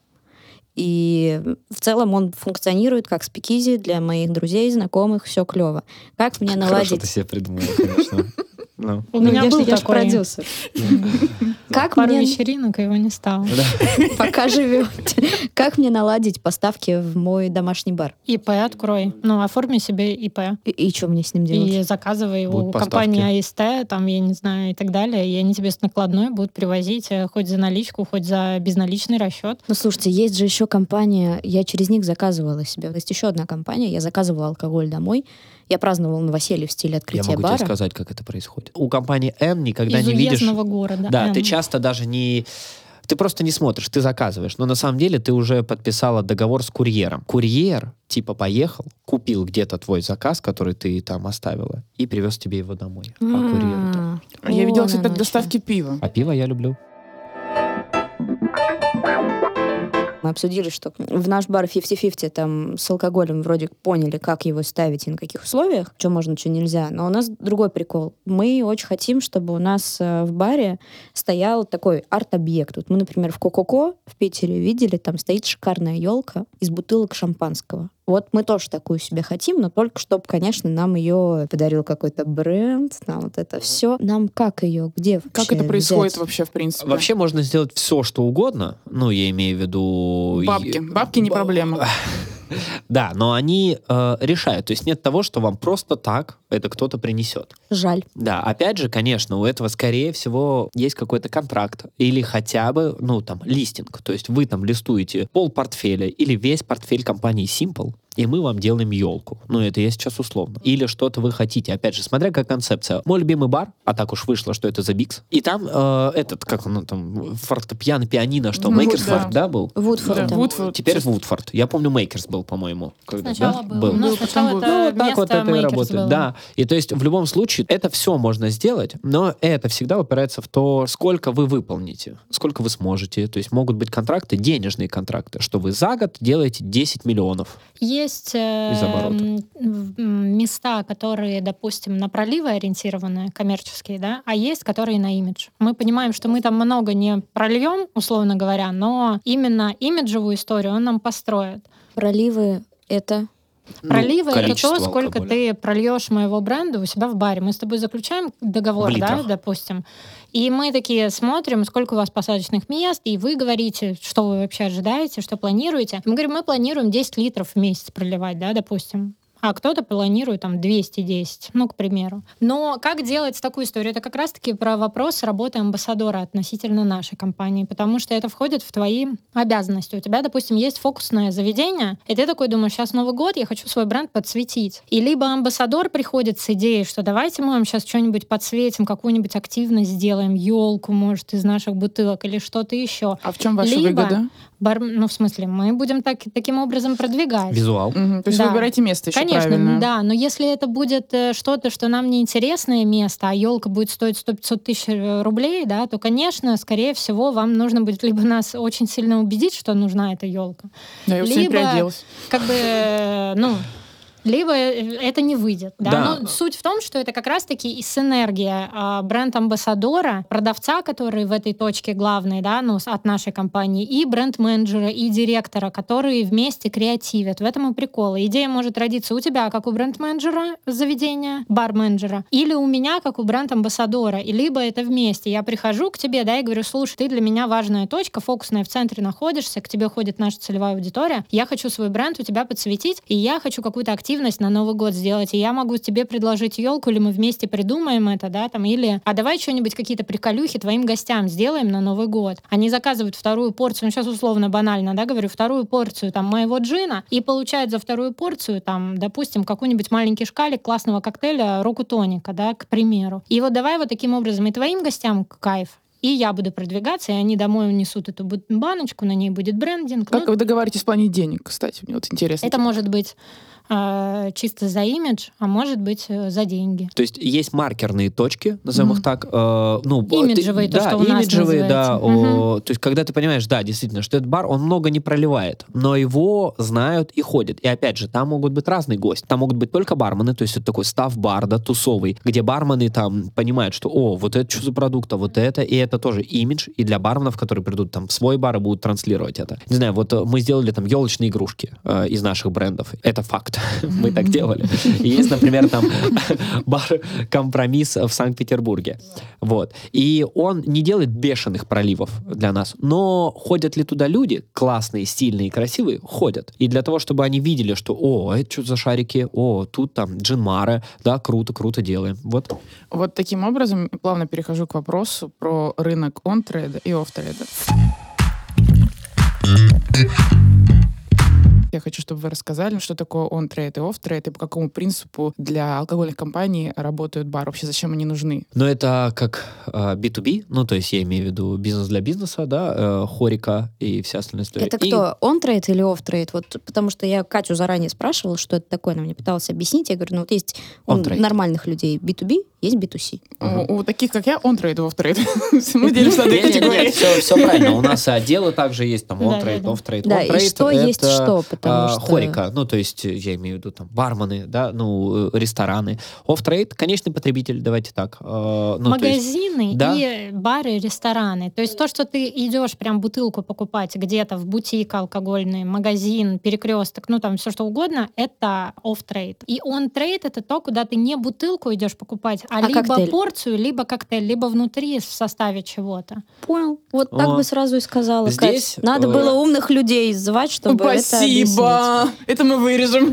S4: И в целом он функционирует как спикизи для моих друзей, знакомых, все клево. Как мне наладить...
S3: Хорошо ты себе придумала, конечно.
S2: У меня был
S4: я
S2: такой.
S4: Продюсер. Как
S2: пару
S4: мне...
S2: вечеринок, его не стало.
S4: Пока живет. Как мне наладить поставки в мой домашний бар?
S2: ИП открой. Оформи себе ИП.
S4: И что мне с ним делать?
S2: И заказывай у
S3: Будут
S2: компании АСТ, там, я не знаю, и так далее. И они тебе с накладной будут привозить хоть за наличку, хоть за безналичный расчет.
S4: Ну, слушайте, есть же еще компания, я через них заказывала себе. Есть еще одна компания, я заказывала алкоголь домой. Я праздновала новоселье в стиле открытия
S3: бара. Я могу тебе сказать, как это происходит. У компании N никогда
S2: из
S3: не видишь...
S2: Из уездного города.
S3: Да, ты часто даже не... Ты просто не смотришь, ты заказываешь. Но на самом деле ты уже подписала договор с курьером. Курьер, поехал, купил где-то твой заказ, который ты там оставила, и привез тебе его домой.
S1: Я видела, кстати, доставки пива.
S3: А пиво я люблю.
S4: Мы обсудили, что в наш бар 50-50 там с алкоголем вроде поняли, как его ставить и на каких условиях, что можно, что нельзя. Но у нас другой прикол. Мы очень хотим, чтобы у нас в баре стоял такой арт-объект. Вот мы, например, в Ко-Ко-Ко в Питере видели, там стоит шикарная елка из бутылок шампанского. Вот мы тоже такую себе хотим, но только чтобы, конечно, нам ее подарил какой-то бренд, нам вот это все. Нам как ее, где вообще
S1: Как это происходит
S4: взять?
S1: вообще, в принципе?
S3: Вообще можно сделать все, что угодно. Я имею в виду...
S1: Бабки не проблема.
S3: Да, но они решают. То есть нет того, что вам просто так это кто-то принесет.
S4: Жаль.
S3: Да, опять же, конечно, у этого, скорее всего, есть какой-то контракт или хотя бы, листинг. То есть вы там листуете полпортфеля или весь портфель компании Simple, и мы вам делаем елку. Это я сейчас условно. Или что-то вы хотите. Опять же, смотря как концепция. Мой любимый бар, а так уж вышло, что это The Bigs. И там фортепиано, пианино, что, Мейкерсфорд, да, был?
S4: Вудфорд.
S1: Да, Вудфорд.
S3: Теперь Вудфорд. Я помню, Мейкерс был, по-моему.
S2: Сначала
S3: да?
S2: был. Но сначала это
S3: так вот это и
S2: Makers
S3: работает.
S2: было.
S3: Да. И то есть в любом случае это все можно сделать, но это всегда упирается в то, сколько вы выполните, сколько вы сможете. То есть могут быть контракты, денежные контракты, что вы за год делаете 10 миллионов.
S2: Есть
S3: оборота.
S2: места, которые, допустим, на проливы ориентированы, коммерческие, да, а есть, которые на имидж. Мы понимаем, что мы там много не прольем, условно говоря, но именно имиджевую историю он нам построит.
S4: Проливы — это...
S2: Проливы — это то,
S3: количество
S2: сколько
S3: алкоголя.
S2: ты прольешь моего бренда у себя в баре. Мы с тобой заключаем договор,
S3: В
S2: да,
S3: литрах.
S2: допустим. И мы такие смотрим, сколько у вас посадочных мест, и вы говорите, что вы вообще ожидаете, что планируете. Мы говорим, мы планируем 10 литров в месяц проливать, да, допустим. А кто-то планирует там 210, к примеру. Но как делать такую историю? Это как раз-таки про вопрос работы амбассадора относительно нашей компании, потому что это входит в твои обязанности. У тебя, допустим, есть фокусное заведение, и ты такой думаешь, сейчас Новый год, я хочу свой бренд подсветить. И либо амбассадор приходит с идеей, что давайте мы вам сейчас что-нибудь подсветим, какую-нибудь активность сделаем, елку, может, из наших бутылок или что-то еще.
S1: А в чем ваша
S2: Либо
S1: выгода?
S2: В смысле, мы будем таким образом продвигать.
S3: Визуал.
S1: То есть
S2: Да.
S1: вы выбираете место еще
S2: Конечно,
S1: правильно.
S2: да, но если это будет что-то, что нам неинтересное место, а елка будет стоить 100-500 тысяч рублей, да, то, конечно, скорее всего, вам нужно будет либо нас очень сильно убедить, что нужна эта елка,
S1: Да, я все не
S2: либо
S1: приоделась.
S2: либо это не выйдет. Да?
S3: Да.
S2: Но суть в том, что это как раз-таки и синергия бренд-амбассадора, продавца, который в этой точке главный, да, ну, от нашей компании, и бренд-менеджера, и директора, которые вместе креативят. В этом и прикол. Идея может родиться у тебя, как у бренд-менеджера заведения, бар-менеджера, или у меня, как у бренд-амбассадора, и либо это вместе. Я прихожу к тебе, да, и говорю: слушай, ты для меня важная точка, фокусная, в центре находишься, к тебе ходит наша целевая аудитория, я хочу свой бренд у тебя подсветить, и я хочу какую-то активность на Новый год сделать, и я могу тебе предложить елку, или мы вместе придумаем это, да, там, или а давай что-нибудь, какие-то приколюхи твоим гостям сделаем на Новый год. Они заказывают вторую порцию, ну сейчас условно банально, да, говорю, вторую порцию там моего джина, и получают за вторую порцию там, допустим, какой-нибудь маленький шкалик классного коктейля Року Тоника, да, к примеру. И вот давай вот таким образом и твоим гостям кайф, и я буду продвигаться, и они домой унесут эту баночку, на ней будет брендинг.
S1: Как вы договоритесь в плане денег, кстати? Мне вот интересно.
S2: Это может быть чисто за имидж, а может быть за деньги.
S3: То есть есть маркерные точки, назовем их так.
S2: Имиджевые, то,
S3: да,
S2: что у нас
S3: имиджевые, да.
S2: называется.
S3: То есть когда ты понимаешь, да, действительно, что этот бар, он много не проливает, но его знают и ходят. И опять же, там могут быть разные гости. Там могут быть только бармены, то есть это такой став-бар, да, тусовый, где бармены там понимают, что, вот это что за продукт, а вот это, и это тоже имидж, и для барменов, которые придут там в свой бар и будут транслировать это. Не знаю, вот мы сделали там елочные игрушки из наших брендов. Это факт. Мы так делали. И есть, например, там бар «Компромисс» в Санкт-Петербурге. Вот. И он не делает бешеных проливов для нас, но ходят ли туда люди, классные, стильные, красивые, ходят. И для того, чтобы они видели, что, это что за шарики, тут там Джин Маре, да, круто делаем. Вот.
S1: Вот таким образом плавно перехожу к вопросу про рынок он-трейда и офф-трейда. Я хочу, чтобы вы рассказали, что такое он-трейд и офф-трейд, и по какому принципу для алкогольных компаний работают бары, вообще зачем они нужны?
S3: Ну, это как B2B, ну, то есть я имею в виду бизнес для бизнеса, да, хорика и вся остальная история.
S4: Это кто, он-трейд или офф-трейд? Вот, потому что я Катю заранее спрашивала, что это такое, она мне пыталась объяснить, я говорю, вот есть у нормальных людей B2B, есть B2C.
S1: У таких, как я, он-трейд и офф-трейд. Мы делимся на две категории.
S3: Все правильно, у нас отделы также есть, там, он-трейд, офф-трейд.
S4: Да, и что есть что, потому что...
S3: Хорика, ну, то есть, я имею в виду, там, бармены, да, ну, рестораны. Офф-трейд, конечный потребитель, давайте так.
S2: Магазины и бары, рестораны. То есть то, что ты идешь прям бутылку покупать где-то в бутик алкогольный, магазин, перекресток, ну, там, все что угодно, это офф-трейд. И он-трейд — это то, куда ты не бутылку идешь покупать, а либо коктейль. Порцию, либо коктейль, либо внутри в составе чего-то.
S4: Понял. Вот так бы сразу и сказала.
S3: Здесь
S4: Кать. Надо было умных людей звать, чтобы это объяснить.
S1: Это мы вырежем.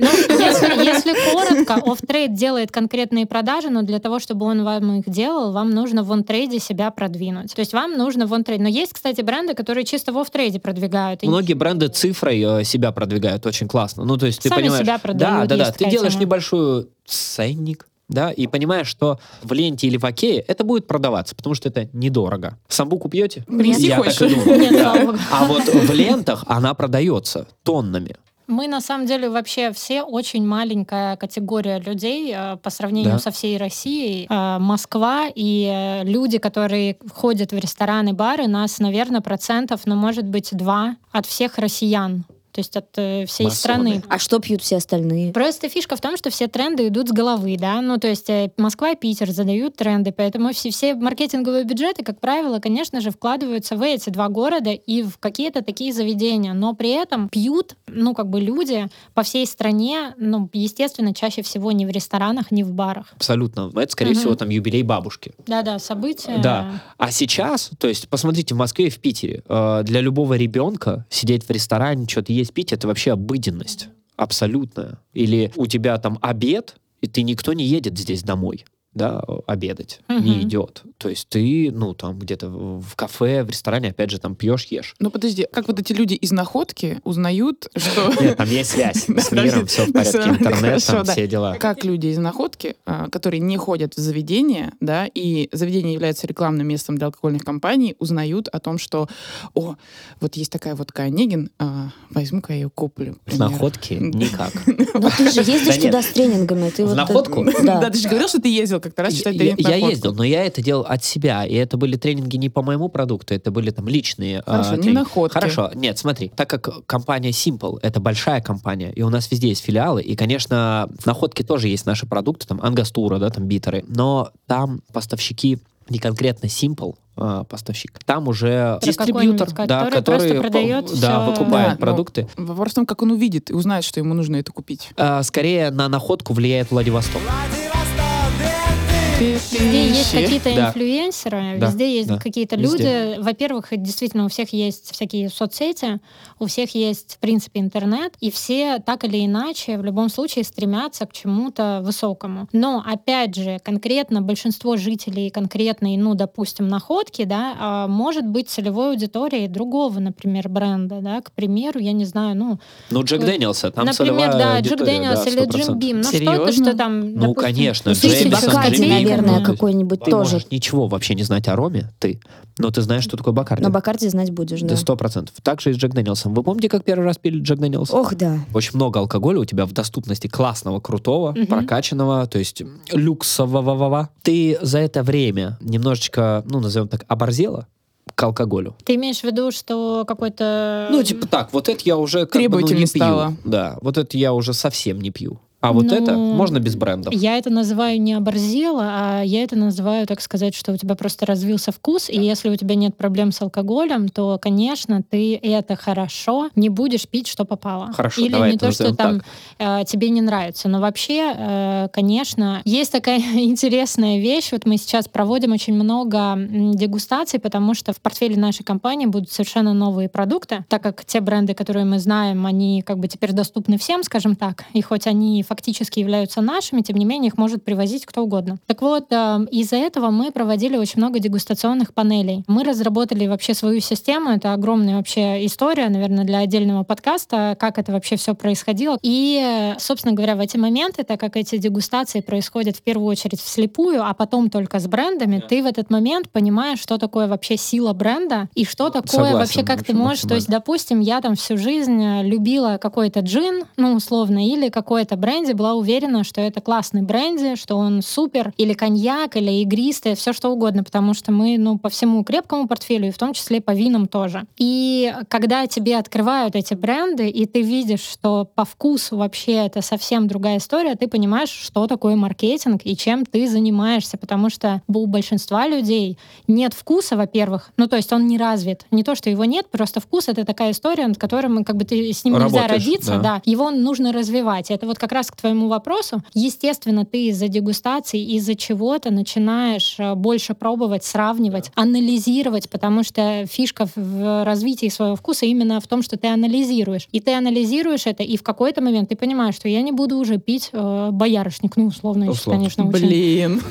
S2: Если коротко, офф-трейд делает конкретные продажи, но для того, чтобы он вам их делал, вам нужно в он-трейде себя продвинуть. То есть вам нужно в он-трейде. Но есть, кстати, бренды, которые чисто в офф-трейде продвигают.
S3: Многие бренды цифрой себя продвигают очень классно. Ну, то есть ты
S2: сами
S3: понимаешь...
S2: себя продают.
S3: Да. Ты делаешь небольшую ценник, да, и понимаешь, что в ленте или в Окее это будет продаваться, потому что это недорого. Самбуку пьете?
S1: Принеси хочешь?
S3: Так и думал.
S2: Нет, слава богу.
S3: А вот в лентах она продается тоннами.
S2: Мы, на самом деле, вообще все очень маленькая категория людей по сравнению со всей Россией. Москва и люди, которые ходят в рестораны, бары, нас, наверное, процентов, может быть, 2 от всех россиян. То есть от всей страны.
S4: А что пьют все остальные?
S2: Просто фишка в том, что все тренды идут с головы, да, ну, то есть Москва и Питер задают тренды, поэтому все маркетинговые бюджеты, как правило, конечно же, вкладываются в эти 2 города и в какие-то такие заведения, но при этом пьют, люди по всей стране, естественно, чаще всего не в ресторанах, не в барах.
S3: Абсолютно. Это, скорее всего, там юбилей бабушки.
S2: Да-да, события.
S3: Да. А сейчас, то есть, посмотрите, в Москве и в Питере, для любого ребенка сидеть в ресторане, что-то есть, пить, это вообще обыденность. Абсолютная. Или у тебя там обед, и никто не едет здесь домой, да, обедать. Не идет. То есть ты, там где-то в кафе, в ресторане, опять же, там пьешь, ешь.
S1: Ну подожди, как вот эти люди из находки узнают, что...
S3: Нет, там есть связь с миром, все в порядке, интернет, там все дела.
S1: Как люди из находки, которые не ходят в заведения, да, и заведение является рекламным местом для алкогольных компаний, узнают о том, что, вот есть такая водка Онегин, возьму-ка я ее куплю.
S3: В находке никак.
S4: Ну ты же ездишь туда с тренингами.
S3: В находку?
S1: Да, ты же говорил, что ты ездил как-то раз читать тренинг
S3: Я ездил, но я это делал от себя, и это были тренинги не по моему продукту, это были там личные
S1: Хорошо,
S3: тренинги.
S1: не находки.
S3: Хорошо, нет, смотри, так как компания Simple, это большая компания, и у нас везде есть филиалы, и, конечно, в находке тоже есть наши продукты, там, Ангастура, да, там, битеры, но там поставщики не конкретно Simple поставщик. Там уже дистрибьютор, да, который выкупает продукты.
S1: Вопрос в том, как он увидит и узнает, что ему нужно это купить.
S3: Скорее на находку влияет Владивосток.
S2: Везде есть какие-то инфлюенсеры, везде есть какие-то люди.
S3: Везде.
S2: Во-первых, действительно, у всех есть всякие соцсети, у всех есть, в принципе, интернет, и все так или иначе в любом случае стремятся к чему-то высокому. Но, опять же, конкретно большинство жителей конкретной, ну, допустим, находки, да, может быть целевой аудиторией другого, например, бренда, да, к примеру, я не знаю,
S3: Ну, Джек Дэниелса, там
S2: например,
S3: целевая
S2: да, Джек Дэниелс или Джим Бим. Ну, что-то, что там,
S3: Ну,
S2: допустим,
S3: конечно,
S4: Бакарди, наверное,
S3: ну,
S4: какой-нибудь
S3: ты
S4: тоже.
S3: можешь ничего вообще не знать о роме, но ты знаешь, что такое Бакарди.
S4: Но Бакарди знать будешь, да.
S3: 100%. Так же и с Джек Дэниелсом. Вы помните, как первый раз пили Джек Дэниелс?
S4: Ох, да.
S3: Очень много алкоголя у тебя в доступности классного, крутого, прокачанного, то есть люксового. Ты за это время немножечко, ну, назовем так, оборзела к алкоголю.
S2: Ты имеешь в виду, что какой-то...
S3: Ну, типа так, вот это я уже как бы,
S1: требовательней
S3: не
S1: стала.
S3: пью. Да, вот это я уже совсем не пью. А вот это можно без брендов.
S2: Я это называю не оборзела, а я это называю, так сказать, что у тебя просто развился вкус, и если у тебя нет проблем с алкоголем, то, конечно, ты это хорошо не будешь пить, что попало.
S3: Хорошо,
S2: или
S3: давай
S2: не
S3: это
S2: то, что
S3: назовем
S2: там тебе не нравится. Но вообще, конечно, есть такая интересная вещь. Вот мы сейчас проводим очень много дегустаций, потому что в портфеле нашей компании будут совершенно новые продукты, так как те бренды, которые мы знаем, они как бы теперь доступны всем, скажем так, и хоть они фактически являются нашими, тем не менее их может привозить кто угодно. Так вот, из-за этого мы проводили очень много дегустационных панелей. Мы разработали вообще свою систему, это огромная вообще история, наверное, для отдельного подкаста, как это вообще все происходило. И, собственно говоря, в эти моменты, так как эти дегустации происходят в первую очередь вслепую, а потом только с брендами, ты в этот момент понимаешь, что такое вообще сила бренда и что такое вообще, как ты можешь, то есть, допустим, я там всю жизнь любила какой-то джин, ну, условно, или какой-то бренд, была уверена, что это классный бренди, что он супер, или коньяк, или игристый, все что угодно, потому что мы, ну, по всему крепкому портфелю, и в том числе по винам тоже. И когда тебе открывают эти бренды, и ты видишь, что по вкусу вообще это совсем другая история, ты понимаешь, что такое маркетинг и чем ты занимаешься, потому что у большинства людей нет вкуса, во-первых, ну, то есть он не развит. Не то, что его нет, просто вкус — это такая история, над которой как бы ты с ним нельзя родиться, да, его нужно развивать. Это вот как раз к твоему вопросу. Естественно, ты из-за дегустации, из-за чего-то начинаешь больше пробовать, сравнивать, анализировать, потому что фишка в развитии своего вкуса именно в том, что ты анализируешь. И ты анализируешь это, и в какой-то момент ты понимаешь, что я не буду уже пить боярышник, ну, условно. Конечно, очень.
S1: Блин.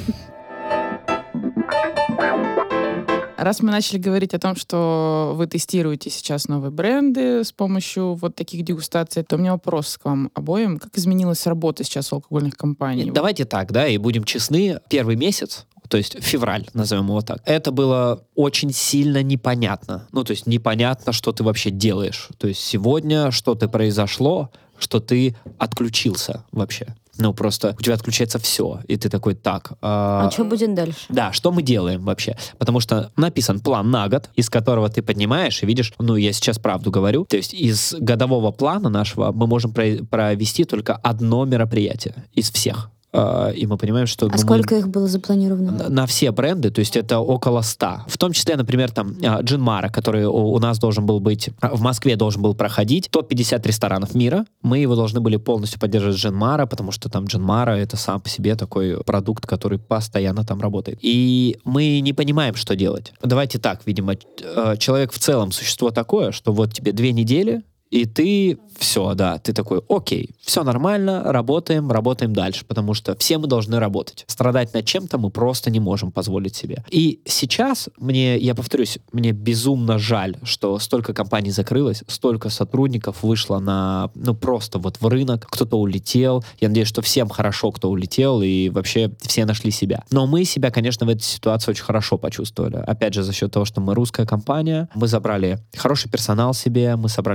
S1: Раз мы начали говорить о том, что вы тестируете сейчас новые бренды с помощью вот таких дегустаций, то у меня вопрос к вам обоим. Как изменилась работа сейчас у алкогольных компаний?
S3: Давайте так, да, и будем честны. Первый месяц, то есть февраль, назовем его так, это было очень сильно непонятно. Ну, то есть непонятно, что ты вообще делаешь. То есть сегодня что-то произошло, что ты отключился вообще. Ну, просто у тебя отключается все, и ты такой, так...
S4: А что будет дальше?
S3: Да, что мы делаем вообще? Потому что написан план на год, из которого ты поднимаешь и видишь, ну, я сейчас правду говорю, то есть из годового плана нашего мы можем провести только одно мероприятие из всех. И мы понимаем, что...
S4: А сколько их было запланировано?
S3: На все бренды, то есть это около 100. В том числе, например, там Джин Мара, который у нас должен был быть, в Москве должен был проходить, топ-50 ресторанов мира. Мы его должны были полностью поддерживать Джин Мара, потому что там Джин Мара — это сам по себе такой продукт, который постоянно там работает. И мы не понимаем, что делать. Давайте так, видимо, человек в целом существо такое, что вот тебе 2 недели, и ты все, да, ты такой, окей, все нормально, работаем дальше, потому что все мы должны работать. Страдать над чем-то мы просто не можем позволить себе. И сейчас я повторюсь, мне безумно жаль, что столько компаний закрылось, столько сотрудников вышло просто вот в рынок, кто-то улетел. Я надеюсь, что всем хорошо, кто улетел, и вообще все нашли себя. Но мы себя, конечно, в этой ситуации очень хорошо почувствовали. Опять же, за счет того, что мы русская компания, мы забрали хороший персонал себе, мы собрали хорошие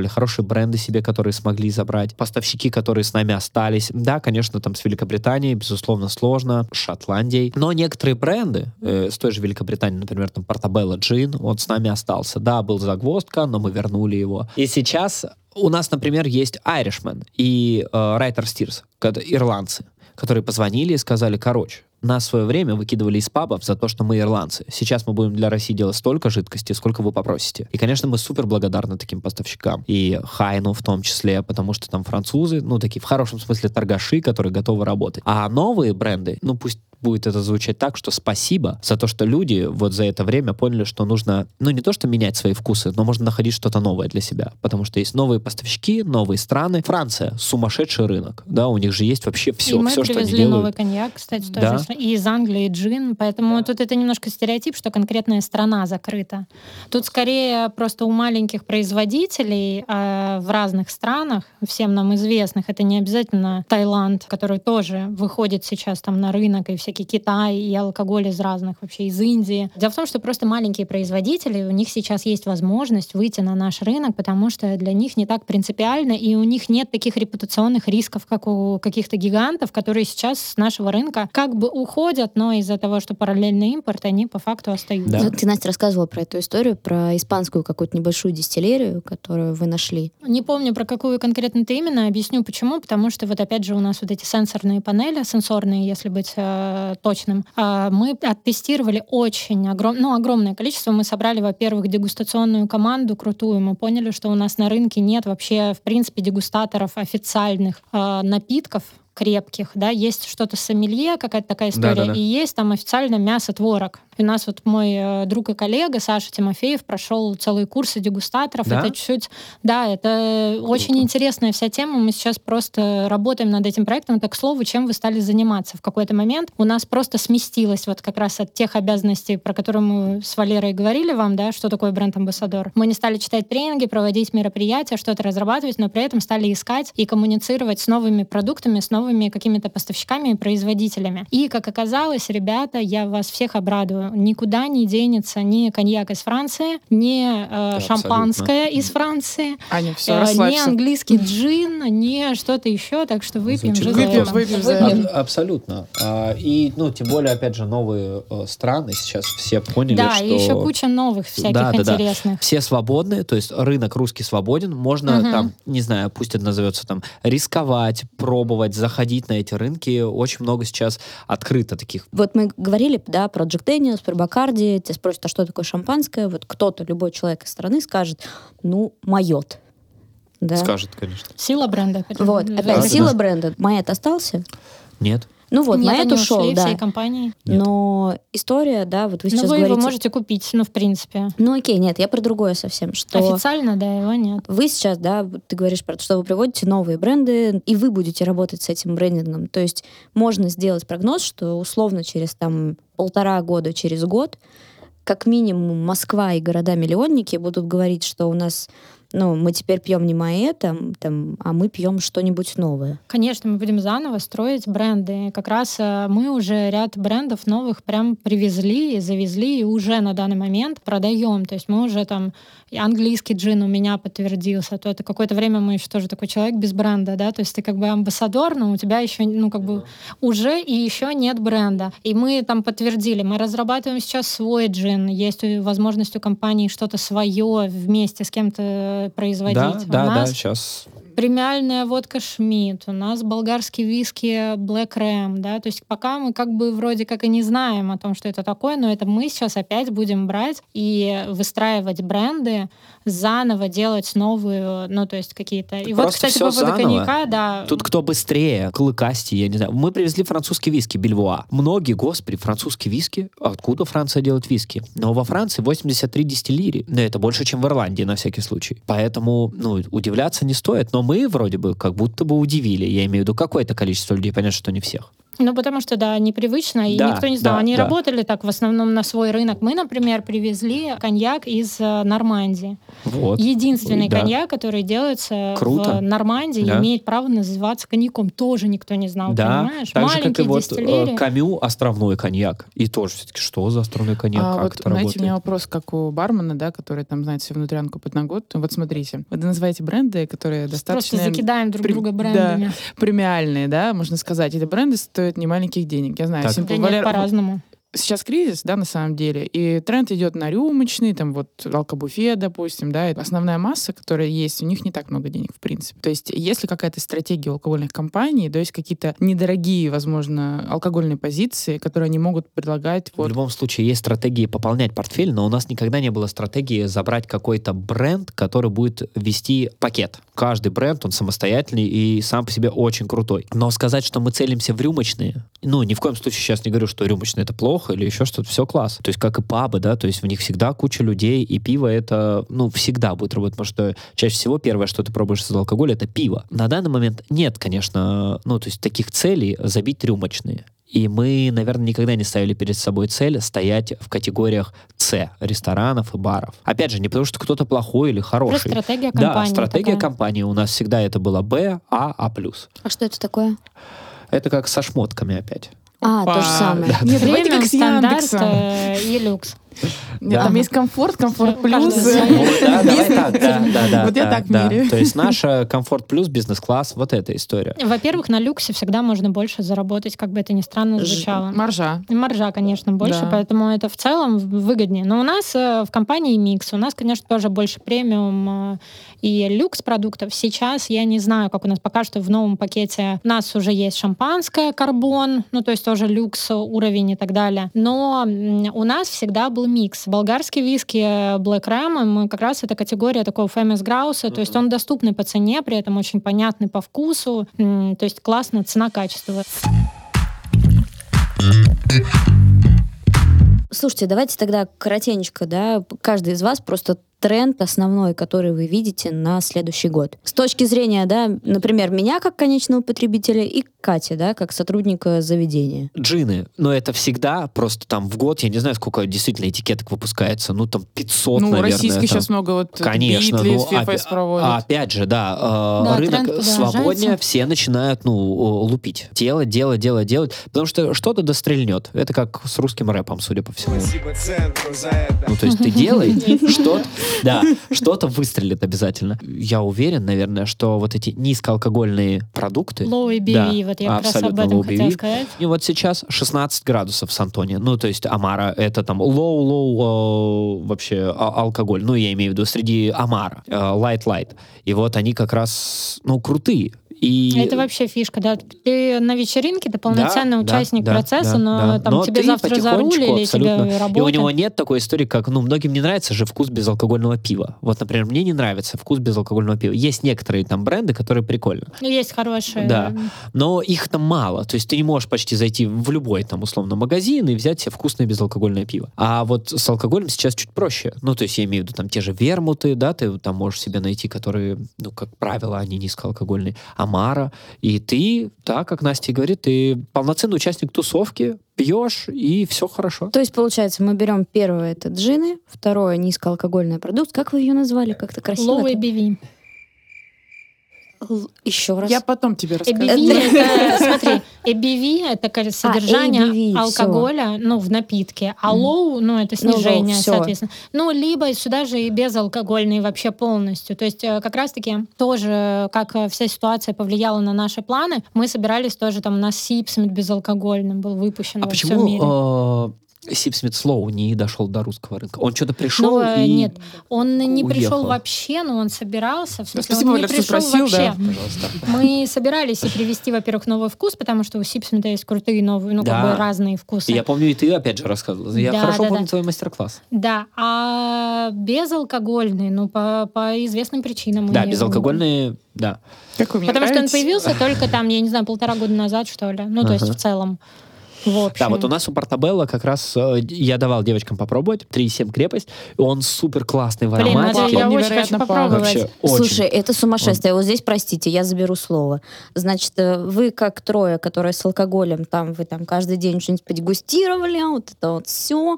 S3: бренды себе, которые смогли забрать, поставщики, которые с нами остались. Да, конечно, там с Великобританией, безусловно, сложно, с Шотландией, но некоторые бренды, с той же Великобритании, например, там Portobello Gin, он с нами остался. Да, был загвоздка, но мы вернули его. И сейчас у нас, например, есть Irishman и Writer Steers, ирландцы, которые позвонили и сказали, короче, нас в свое время выкидывали из пабов за то, что мы ирландцы. Сейчас мы будем для России делать столько жидкости, сколько вы попросите. И, конечно, мы супер благодарны таким поставщикам. И Хайну в том числе, потому что там французы, ну, такие в хорошем смысле торгаши, которые готовы работать. А новые бренды, ну, пусть будет это звучать так, что спасибо за то, что люди вот за это время поняли, что нужно, ну, не то, что менять свои вкусы, но можно находить что-то новое для себя. Потому что есть новые поставщики, новые страны. Франция — сумасшедший рынок, да, у них же есть вообще все,
S2: и мы
S3: что они делают.
S2: привезли новый коньяк, кстати, тоже,
S3: да?
S2: И из Англии джин, поэтому тут это немножко стереотип, что конкретная страна закрыта. Тут скорее просто у маленьких производителей в разных странах, всем нам известных, это не обязательно Таиланд, который тоже выходит сейчас там на рынок, и всякий Китай, и алкоголь из разных, вообще из Индии. Дело в том, что просто маленькие производители, у них сейчас есть возможность выйти на наш рынок, потому что для них не так принципиально, и у них нет таких репутационных рисков, как у каких-то гигантов, которые сейчас с нашего рынка как бы уходят, но из-за того, что параллельный импорт, они по факту остаются.
S3: Да.
S4: Ну, ты, Настя, рассказывала про эту историю, про испанскую какую-то небольшую дистиллерию, которую вы нашли.
S2: Не помню, про какую конкретно ты именно, объясню почему, потому что вот опять же у нас вот эти сенсорные панели, сенсорные, если быть точным, мы оттестировали очень огромное количество. Мы собрали, во-первых, дегустационную команду крутую, мы поняли, что у нас на рынке нет вообще, в принципе, дегустаторов официальных напитков, крепких, да, есть что-то сомелье, какая-то такая история, и есть там официально мясо-творог. И у нас вот мой друг и коллега Саша Тимофеев прошел целые курсы дегустаторов.
S3: Да?
S2: Это чуть-чуть... Да, это очень интересная вся тема. Мы сейчас просто работаем над этим проектом. Так, к слову, чем вы стали заниматься? В какой-то момент у нас просто сместилось вот как раз от тех обязанностей, про которые мы с Валерой говорили вам, да, что такое бренд-амбассадор. Мы не стали читать тренинги, проводить мероприятия, что-то разрабатывать, но при этом стали искать и коммуницировать с новыми продуктами, с новыми какими-то поставщиками и производителями. И, как оказалось, ребята, я вас всех обрадую, никуда не денется ни коньяк из Франции, ни шампанское из Франции, ни английский джин, ни что-то еще, так что выпьем же за это.
S3: Абсолютно. И, тем более, опять же, новые страны сейчас все поняли,
S2: да,
S3: что...
S2: и еще куча новых всяких интересных.
S3: Все свободны, то есть рынок русский свободен, можно там, не знаю, пусть это назовется там, рисковать, пробовать, заходить на эти рынки, очень много сейчас открыто таких.
S4: Вот мы говорили, да, про Джек Дэниелс, про Бакарди, тебя спросят, а что такое шампанское? Вот кто-то, любой человек из страны скажет, Майот. Да?
S3: Скажет, конечно.
S2: Сила бренда.
S4: Вот, опять сила бренда. Майот остался?
S3: Нет.
S4: Майот ушел, да.
S2: Всей компании.
S4: Но история, да, вот вы сейчас
S2: говорите...
S4: говорите...
S2: его можете купить, в принципе.
S4: Окей, нет, я про другое совсем. Что
S2: официально, да, его нет.
S4: Вы сейчас, да, ты говоришь про то, что вы приводите новые бренды, и вы будете работать с этим брендингом. То есть можно сделать прогноз, что условно через 1,5 года, через год, как минимум Москва и города-миллионники будут говорить, что у нас... мы теперь пьем не Моët, а мы пьем что-нибудь новое.
S2: Конечно, мы будем заново строить бренды. Как раз мы уже ряд брендов новых прям привезли, завезли и уже на данный момент продаем. То есть мы уже английский джин у меня подтвердился. То это какое-то время мы еще тоже такой человек без бренда, да, то есть ты как бы амбассадор, но у тебя еще, уже и еще нет бренда. И мы подтвердили. Мы разрабатываем сейчас свой джин. Есть возможность у компании что-то свое вместе с кем-то производить.
S3: Да, сейчас...
S2: Премиальная водка Шмидт, у нас болгарский виски Black Ram, да, то есть пока мы вроде как и не знаем о том, что это такое, но это мы сейчас опять будем брать и выстраивать бренды, заново делать новые, то есть какие-то... И вот, кстати, по поводу коньяка, да...
S3: Тут кто быстрее, клыкастей, я не знаю. Мы привезли французский виски, Бельвуа. Многие, господи, французский виски? Откуда Франция делает виски? Но во Франции 83 дистиллерии. Это больше, чем в Ирландии, на всякий случай. Поэтому, удивляться не стоит, но мы вроде бы как будто бы удивили. Я имею в виду какое-то количество людей, понятно, что не всех.
S2: Ну, потому что, да, непривычно, и
S3: Да,
S2: никто не знал.
S3: да,
S2: Они
S3: да.
S2: работали так в основном на свой рынок. Мы, например, привезли коньяк из Нормандии.
S3: Вот.
S2: Единственный
S3: Да.
S2: коньяк, который делается
S3: Круто.
S2: в Нормандии,
S3: Да.
S2: имеет право называться коньяком. Тоже никто не знал,
S3: Да,
S2: понимаешь?
S3: так же, как и
S2: Маленькие
S3: вот
S2: дистиллерии.
S3: Камю островной коньяк. И тоже все-таки, что за островной коньяк, как
S1: вот,
S3: это
S1: знаете,
S3: работает?
S1: у меня вопрос, как у бармена, да, который там знает всю внутрянку подноготную. Вот смотрите, вы называете бренды, которые достаточно...
S2: Просто закидаем друг друга
S1: Да,
S2: брендами.
S1: премиальные, да, можно сказать. Эти бренды стоят немаленьких денег. Я знаю,
S3: Так.
S1: Simple
S2: Да нет,
S1: Valero-
S2: по-разному.
S1: Сейчас кризис, да, на самом деле, и тренд идет на рюмочный, там вот алкобуфет, допустим, да, и основная масса, которая есть, у них не так много денег, в принципе. То есть если какая-то стратегия у алкогольных компаний, то есть какие-то недорогие, возможно, алкогольные позиции, которые они могут предлагать.
S3: В
S1: Вот.
S3: любом случае есть стратегии пополнять портфель, но у нас никогда не было стратегии забрать какой-то бренд, который будет вести пакет. Каждый бренд, он самостоятельный и сам по себе очень крутой. Но сказать, что мы целимся в рюмочные, ни в коем случае сейчас не говорю, что рюмочные это плохо или еще что-то, все класс. То есть как и пабы, да, то есть в них всегда куча людей, и пиво это, всегда будет работать, потому что чаще всего первое, что ты пробуешь из алкоголя, это пиво. На данный момент нет, конечно, то есть таких целей забить рюмочные. И мы, наверное, никогда не ставили перед собой цель стоять в категориях С ресторанов и баров. Опять же, не потому что кто-то плохой или хороший.
S2: Просто стратегия компании.
S3: Да, стратегия
S2: такая.
S3: компании. У нас всегда это было Б, А+.
S4: А что это такое?
S3: Это как со шмотками опять.
S4: То же самое.
S1: Нет, давайте
S2: Премиум,
S1: как с
S2: стандарт
S1: Яндексом.
S2: И люкс.
S1: Нет,
S3: Да.
S1: там есть комфорт плюс.
S3: Да, давай так, да.
S1: Вот я так меряю.
S3: То есть наша комфорт плюс, бизнес-класс, вот эта история.
S2: Во-первых, на люксе всегда можно больше заработать, как бы это ни странно звучало.
S1: Маржа.
S2: И маржа, конечно, больше,
S1: Да.
S2: поэтому это в целом выгоднее. Но у нас в компании микс, у нас, конечно, тоже больше премиум и люкс продуктов. Сейчас я не знаю, как у нас пока что в новом пакете. У нас уже есть шампанское, карбон, то есть тоже люкс уровень и так далее. Но у нас всегда был микс. Болгарский виски Black Ram, как раз это категория такого famous grouse, то есть он доступный по цене, при этом очень понятный по вкусу, то есть классно цена-качество.
S4: Слушайте, давайте тогда коротенько, да, каждый из вас просто тренд основной, который вы видите на следующий год. С точки зрения, да, например, меня как конечного потребителя и Кати, да, как сотрудника заведения.
S3: Джины, но это всегда просто там в год, я не знаю, сколько действительно этикеток выпускается, там 500, наверное.
S1: Российских
S3: там.
S1: сейчас много,
S3: Конечно,
S1: Битли, Фест проводят.
S3: опять же, да,
S2: Да,
S3: рынок
S2: тренд
S3: свободнее,
S2: продолжается.
S3: все начинают, лупить. Делать, потому что что-то дострельнет. Это как с русским рэпом, судя по всему. То есть ты делай, что-то выстрелит обязательно. Я уверен, наверное, что вот эти низкоалкогольные продукты...
S2: Low ABV, вот я как раз об
S3: абсолютно
S2: этом
S3: low
S2: хотела
S3: ABV.
S2: сказать.
S3: И вот сейчас 16 градусов в Сантоне. То есть Амара это там low вообще алкоголь. Я имею в виду среди Амара. Light. И вот они как раз, крутые. И...
S2: Это вообще фишка, да. Ты на вечеринке, ты полноценный участник процесса, но там
S3: но
S2: тебе
S3: ты
S2: завтра за руль или
S3: абсолютно.
S2: тебе работа.
S3: И у него нет такой истории, как, многим не нравится же вкус безалкогольного пива. Вот, например, мне не нравится вкус безалкогольного пива. Есть некоторые там бренды, которые прикольно.
S2: Есть хорошие.
S3: Да, но их там мало. То есть ты не можешь почти зайти в любой там условно магазин и взять себе вкусное безалкогольное пиво. А вот с алкоголем сейчас чуть проще. То есть я имею в виду там те же вермуты, да, ты там можешь себе найти, которые, как правило, они низкоалкогольные. Амара. И ты, да, как Настя и говорит, ты полноценный участник тусовки, пьешь, и все хорошо.
S4: То есть, получается, мы берем первое — это джины, второе — низкоалкогольный продукт. Как вы ее назвали? Как-то красиво.
S2: Low ABV.
S4: Еще раз.
S1: Я потом тебе расскажу.
S2: ABV это, смотри, ABV это содержание
S4: ABV,
S2: алкоголя, в напитке, а low, это снижение,
S4: low, всё.
S2: соответственно. Либо сюда же и безалкогольный вообще полностью. То есть как раз-таки тоже, как вся ситуация повлияла на наши планы, мы собирались тоже там, у нас Сипсмит безалкогольным был выпущен во всем мире.
S3: Почему Сипсмит Слоу не дошел до русского рынка? Он что-то пришел и
S2: Нет, он не пришел
S3: уехал.
S2: вообще, но он собирался. В смысле,
S1: Спасибо,
S2: он не
S1: Валер, что
S2: пришел
S1: спросил,
S2: вообще.
S1: да.
S3: Пожалуйста.
S2: Мы собирались и привести, во-первых, новый вкус, потому что у Сипсмита есть крутые новые, как
S3: Да.
S2: бы разные вкусы.
S3: Я помню, и ты опять же рассказывала. Я
S2: Да,
S3: хорошо
S2: да,
S3: помню
S2: да.
S3: твой мастер-класс.
S2: Да, а безалкогольный, по известным причинам.
S3: Да,
S2: мы-
S3: безалкогольные, да.
S1: Как вы, мне
S2: Потому что он
S1: нравится.
S2: появился только там, я не знаю, 1,5 года назад, что ли. То есть
S3: Ага.
S2: в целом. В общем.
S3: Да, вот у нас у Портабелло как раз я давал девочкам попробовать 3,7 крепость, и он супер классный в
S2: Блин, надо,
S3: ароматике.
S2: я очень
S1: Невероятно
S2: хочу попробовать.
S3: Вообще очень.
S4: Слушай, это сумасшествие. Вот здесь, простите, я заберу слово. Значит, вы как трое, которые с алкоголем, вы там каждый день что-нибудь подегустировали, вот это вот все.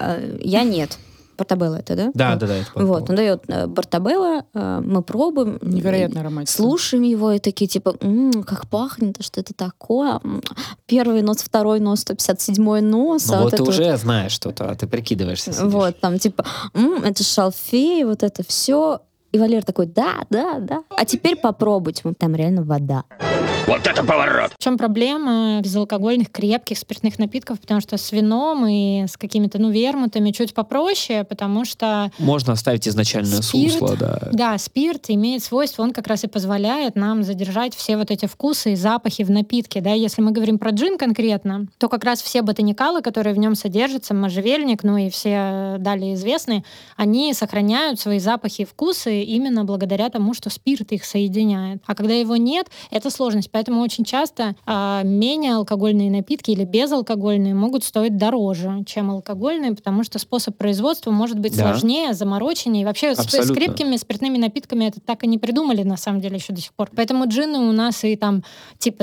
S4: Я нет. Портабелло это, да?
S3: Да, это
S4: Вот, он дает Портабелло, мы пробуем.
S1: Невероятная ароматика.
S4: Слушаем его и такие, типа, как пахнет, а что это такое? Первый нос, второй нос, 157-й нос.
S3: Ну вот ты
S4: это
S3: уже знаешь что-то, а ты прикидываешься. Сидишь.
S4: вот, там, типа, это шалфей, вот это все. И Валер такой, да. А теперь попробуйте. Там реально вода.
S5: Вот это поворот!
S2: В чем проблема безалкогольных, крепких спиртных напитков? Потому что с вином и с какими-то, вермутами чуть попроще, потому что...
S3: Можно оставить изначальное сусло, да.
S2: Да, спирт имеет свойство, он как раз и позволяет нам задержать все вот эти вкусы и запахи в напитке. Да? Если мы говорим про джин конкретно, то как раз все ботаникалы, которые в нем содержатся, можжевельник, и все далее известные, они сохраняют свои запахи и вкусы именно благодаря тому, что спирт их соединяет. А когда его нет, это сложность. Поэтому очень часто менее алкогольные напитки или безалкогольные могут стоить дороже, чем алкогольные, потому что способ производства может быть сложнее, замороченнее. И вообще с крепкими спиртными напитками это так и не придумали, на самом деле, еще до сих пор. Поэтому джины у нас и там типа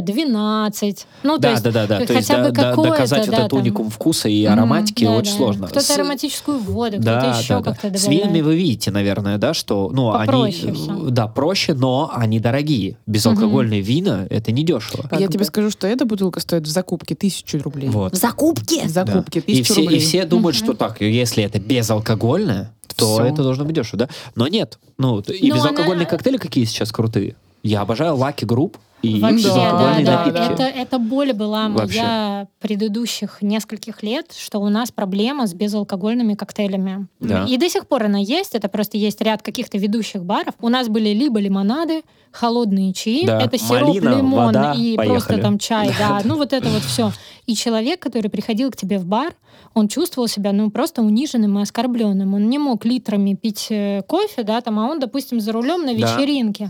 S2: 12.
S3: Да. То есть доказать вот этот уникум вкуса и ароматики очень сложно.
S2: Кто-то ароматическую воду, кто-то еще как-то добавляет.
S3: С винами вы видите, наверное, да, что
S2: попроще
S3: они проще, но они дорогие. Безалкогольные вина — это недешево.
S1: Я тебе скажу, что эта бутылка стоит в закупке 1000 рублей.
S3: Вот.
S4: В закупке?
S1: В закупке 1000 рублей.
S3: И все думают, что так, если это безалкогольное, то это должно быть дешево, да? Но нет. И безалкогольные коктейли какие сейчас крутые. Я обожаю Lucky Group и безалкогольные напитки.
S2: Это боль была моя предыдущих нескольких лет, что у нас проблема с безалкогольными коктейлями.
S3: Да.
S2: И до сих пор она есть. Это просто есть ряд каких-то ведущих баров. У нас были либо лимонады, холодные чаи, это сироп,
S3: малина,
S2: лимон
S3: вода,
S2: и
S3: поехали.
S2: просто там чай. Вот это вот все. И человек, который приходил к тебе в бар, он чувствовал себя, просто униженным и оскорбленным. Он не мог литрами пить кофе, а он, допустим, за рулем на вечеринке.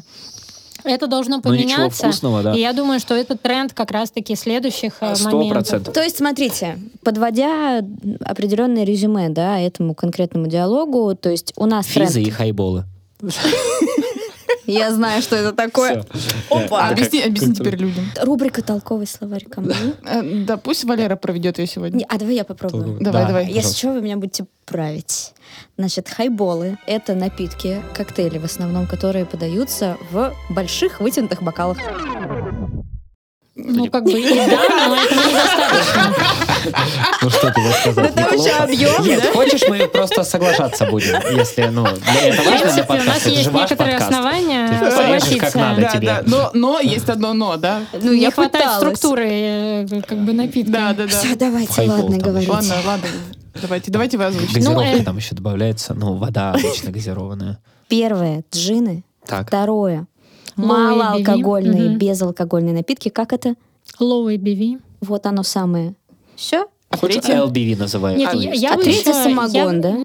S2: Это должно поменяться.
S3: Ничего вкусного, да.
S2: И я думаю, что это тренд как раз-таки следующих
S3: 100%.
S2: моментов.
S4: То есть, смотрите, подводя определенное резюме, этому конкретному диалогу, то есть у нас
S3: Физы
S4: тренд...
S3: и хайболы.
S4: Я знаю, что это такое.
S1: Опа! Объясни теперь людям.
S4: Рубрика «Толковый словарь» ко мне.
S1: Да, пусть Валера проведет ее сегодня.
S4: А давай я попробую.
S1: Давай.
S4: Если что, вы меня будете править. Значит, хайболы — это напитки, коктейли в основном, которые подаются в больших вытянутых бокалах.
S2: Ну, как бы, и да, но этого недостаточно.
S3: Ну, что тебе сказать?
S4: Да там еще объем,
S3: Нет,
S4: да?
S3: хочешь, мы просто соглашаться будем, если, это
S2: В
S3: важно для
S2: принципе, у нас
S3: подкаста, это
S2: есть
S3: же ваш
S2: некоторые
S3: подкаст.
S2: основания
S3: Ты порежешь как надо
S2: согласиться.
S3: тебе.
S1: Но есть одно но, да?
S4: Ну,
S2: Не
S4: я
S2: хватает
S4: пыталась.
S2: структуры напитка.
S1: Да.
S4: Все, давайте,
S3: Хайбол
S4: ладно,
S3: там
S4: говорите.
S1: Ладно. Давайте вы озвучите.
S3: Газировка там еще добавляется, вода обычно газированная.
S4: Первое — джины.
S3: Так.
S4: Второе —
S2: Low
S4: малоалкогольные,
S2: ABV.
S4: безалкогольные напитки. Как это?
S2: Low ABV.
S4: Вот оно самое. Все?
S1: А
S3: Хочешь
S1: третье?
S3: LBV называем?
S2: Нет, я
S4: А
S2: бы
S4: третье —
S2: еще-
S4: самогон, да?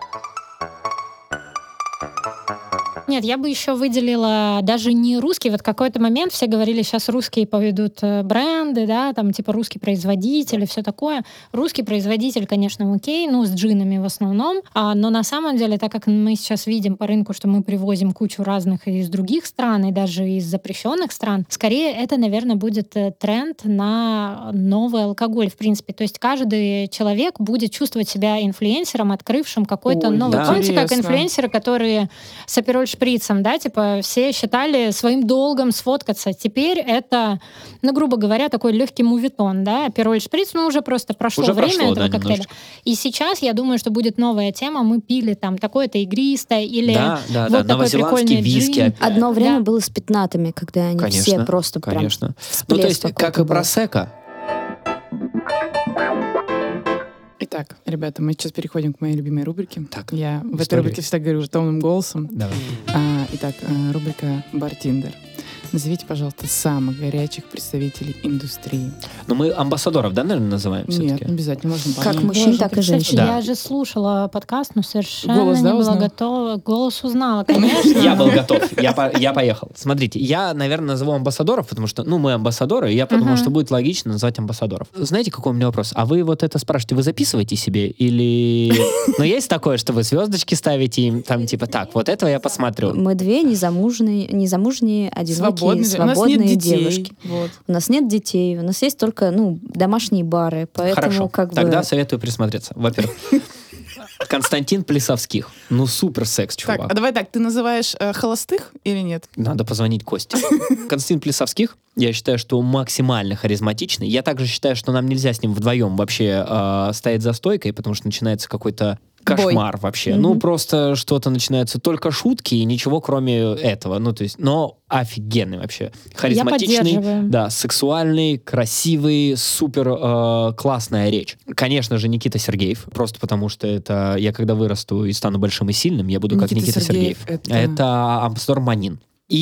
S2: Нет, я бы еще выделила даже не русский. Вот какой-то момент все говорили, сейчас русские поведут бренды, типа русский производитель и все такое. Русский производитель, конечно, окей, с джинами в основном. Но на самом деле, так как мы сейчас видим по рынку, что мы привозим кучу разных из других стран, и даже из запрещенных стран, скорее это, наверное, будет тренд на новый алкоголь, в принципе. То есть каждый человек будет чувствовать себя инфлюенсером, открывшим какой-то
S1: Ой,
S2: новый.
S3: да.
S2: Помните, как
S1: Интересно.
S2: инфлюенсеры, которые с Апероль шприцем, типа все считали своим долгом сфоткаться. Теперь это, грубо говоря, такой легкий мувитон, Апероль шприц, уже просто прошло
S3: Уже
S2: время
S3: прошло,
S2: этого
S3: да,
S2: коктейля.
S3: немножечко.
S2: И сейчас, я думаю, что будет новая тема. Мы пили там такое-то игристое или
S3: Да,
S2: вот такой
S3: новозеландские
S2: прикольный
S3: виски.
S2: джин.
S3: опять.
S4: Одно время
S2: Да.
S4: было с пятнатами, когда они все
S3: Конечно,
S4: просто прям
S3: конечно.
S4: всплеск
S3: То есть,
S4: какой-то
S3: как и
S4: был.
S3: просека.
S1: Итак, ребята, мы сейчас переходим к моей любимой рубрике.
S3: Так,
S1: Я в этой
S3: истории.
S1: рубрике всегда говорю томным голосом.
S3: Давай.
S1: Итак, рубрика «Бартиндер». Назовите, пожалуйста, самых горячих представителей индустрии.
S3: Ну, мы амбассадоров, да, наверное, называем
S1: Нет,
S3: все-таки?
S1: обязательно можно
S4: Как
S1: парней.
S4: мужчин,
S2: Боже,
S4: так и
S2: представьте,
S4: женщин.
S3: Да.
S2: Я же слушала подкаст, но совершенно
S1: Голос, да,
S2: не была
S1: узнала?
S2: готова. Голос узнала, конечно.
S3: Я был готов, я поехал. Смотрите, я, наверное, назову амбассадоров, потому что, ну, мы амбассадоры, и я подумал, что будет логично назвать амбассадоров. Знаете, какой у меня вопрос? А вы вот это спрашиваете, вы записываете себе или... Ну, есть такое, что вы звездочки ставите им, там, типа, так, вот этого я посмотрю.
S4: Мы две незамужние, одинокие,
S1: Свободные. У нас нет
S4: свободные
S1: детей.
S4: девушки.
S1: Вот.
S4: У нас нет детей, у нас есть только, домашние бары, поэтому
S3: Хорошо,
S4: как бы...
S3: тогда советую присмотреться. Во-первых, Константин Плесовских. Ну, супер секс,
S1: Так,
S3: чувак.
S1: а давай так, ты называешь холостых или нет?
S3: Надо позвонить Косте. Константин Плесовских, я считаю, что максимально харизматичный. Я также считаю, что нам нельзя с ним вдвоем вообще стоять за стойкой, потому что начинается какой-то кошмар вообще. Ну, просто что-то начинается, только шутки и ничего кроме этого. Ну, то есть, но офигенный вообще. Харизматичный,
S2: поддерживаю.
S3: да, сексуальный, красивый, супер классная речь. Конечно же, Никита Сергеев, просто потому что это я когда вырасту и стану большим и сильным, я буду как
S1: Никита
S3: Никита Сергеев.
S1: Сергеев,
S3: Это амбассадор Манин.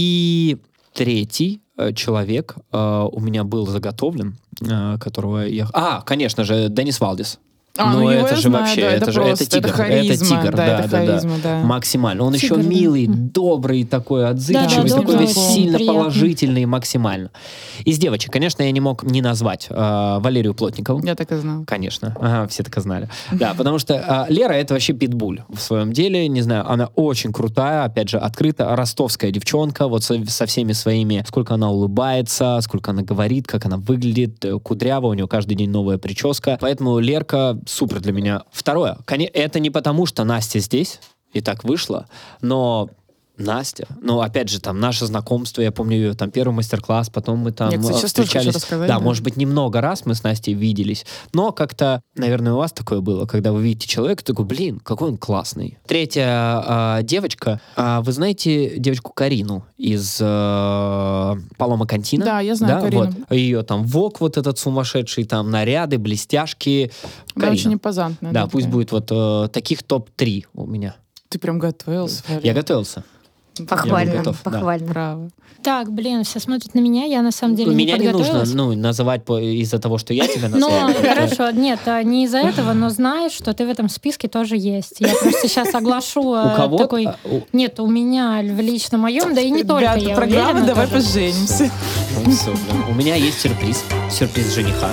S3: И третий человек у меня был заготовлен, которого я... конечно же, Деннис Валдис.
S1: Ну, его
S3: это
S1: я
S3: же
S1: знаю,
S3: вообще,
S1: да,
S3: это же
S1: просто,
S3: это тигр,
S1: харизма,
S3: тигр,
S1: да, это харизма, да.
S3: максимально. Он
S2: Тигр,
S3: еще
S2: да.
S3: милый, добрый такой, отзывчивый,
S1: Да,
S3: такой
S1: добрый,
S3: весь
S1: очень
S3: сильно
S2: приятный.
S3: положительный максимально. Из девочек, конечно, я не мог не назвать Валерию Плотникову.
S1: Я так и знала.
S3: Конечно. Ага, все так и знали. Да, потому что Лера — это вообще питбуль в своем деле. Не знаю, она очень крутая, опять же, открыта, ростовская девчонка, вот со всеми своими, сколько она улыбается, сколько она говорит, как она выглядит, кудряво, у нее каждый день новая прическа. Поэтому Лерка супер для меня. Второе, это не потому, что Настя здесь, и так вышло, но... Настя. Ну, опять же, там, наше знакомство, я помню ее, там, первый мастер-класс, потом мы там
S1: Я, кстати, сейчас тоже хочу
S3: встречались.
S1: рассказать,
S3: Да,
S1: да.
S3: может быть, немного раз мы с Настей виделись, но как-то, наверное, у вас такое было, когда вы видите человека, такой, блин, какой он классный. Третья девочка, вы знаете девочку Карину из Палома Кантина?
S1: Да, я знаю Карину.
S3: Вот. Ее там вок вот этот сумасшедший, там, наряды, блестяшки.
S1: Да,
S3: Карина.
S1: очень импозантная.
S3: Да, пусть
S1: такая.
S3: будет вот таких топ-3 у меня.
S1: Ты прям готовился, Валя.
S3: Я готовился.
S4: Похвально,
S3: Я был готов, да.
S4: похвально.
S1: Право.
S2: Так, блин, все смотрят на меня, я на самом деле
S3: Меня не нужно
S2: подготовилась.
S3: называть из-за того, что я тебя
S2: Но,
S3: назвал.
S2: хорошо, нет, не из-за этого, но знаешь, что ты в этом списке тоже есть. Я просто сейчас оглашу
S3: У кого?
S2: такой... Нет, у меня в лично моем, да и не только,
S1: Ребята,
S2: я
S1: программа
S2: уверена,
S1: «Давай
S2: тоже.
S1: поженимся».
S3: Ну, всё, блин. У меня есть сюрприз. Сюрприз жениха.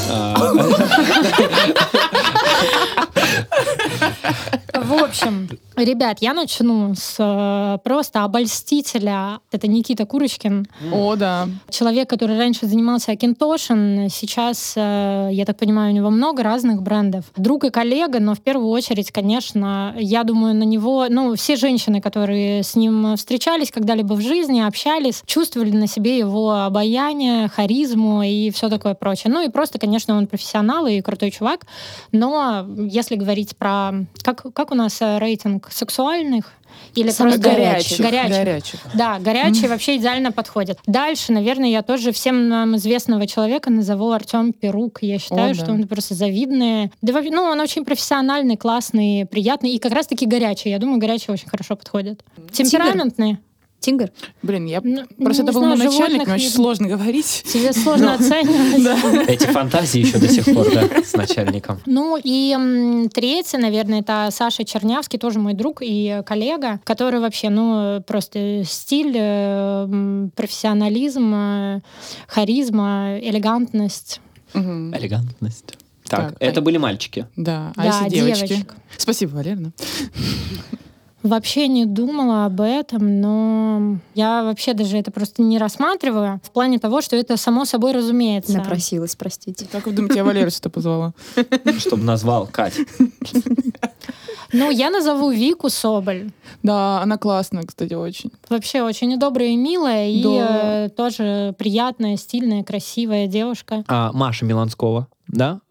S2: В общем, ребят, я начну с просто обольстителя. Это Никита Курочкин.
S1: О, да.
S2: Человек, который раньше занимался Акинтошин, сейчас, я так понимаю, у него много разных брендов. Друг и коллега, но в первую очередь, конечно, я думаю, на него... Ну, все женщины, которые с ним встречались когда-либо в жизни, общались, чувствовали на себе его обаяние, харизму и все такое прочее. Ну и просто, конечно, он профессионал и крутой чувак. Но если говорить про... Как у нас рейтинг сексуальных? Или
S4: Самых
S2: просто
S1: Горячих.
S2: горячих. Да, горячие вообще идеально подходят. Дальше, наверное, я тоже всем нам известного человека назову Артем Перук. Я считаю,
S1: О, да.
S2: что он просто завидный. Да, ну, он очень профессиональный, классный, приятный и как раз-таки горячий. Я думаю, горячие очень хорошо подходят. Темпераментные.
S4: Тигр?
S1: Блин, я
S2: Ну,
S1: просто
S2: не
S1: это был
S2: знаю,
S1: мой начальник,
S2: животных
S1: мне очень
S2: нет.
S1: сложно говорить.
S2: Тебе сложно оценивать.
S3: Эти фантазии еще до сих пор, да, с начальником.
S2: Ну и третье, наверное, это Саша Чернявский, тоже мой друг и коллега, который вообще, ну, просто стиль, профессионализм, харизма, элегантность.
S1: Мгм.
S3: Элегантность. Так,
S1: Так,
S3: это были мальчики.
S1: Да, а
S2: Да,
S1: если девочки?
S2: девочек.
S1: Спасибо, Валерна.
S2: Вообще не думала об этом, но я вообще даже это просто не рассматриваю в плане того, что это само собой разумеется.
S4: Напросилась, простите.
S1: Как вы думаете, я Валеру сюда позвала?
S3: Чтобы назвал Кать.
S2: Ну, я назову Вику Соболь.
S1: Да, она классная, кстати, очень.
S2: Вообще очень добрая и милая, и
S1: Да.
S2: тоже приятная, стильная, красивая девушка.
S3: Маша Миланскова, да?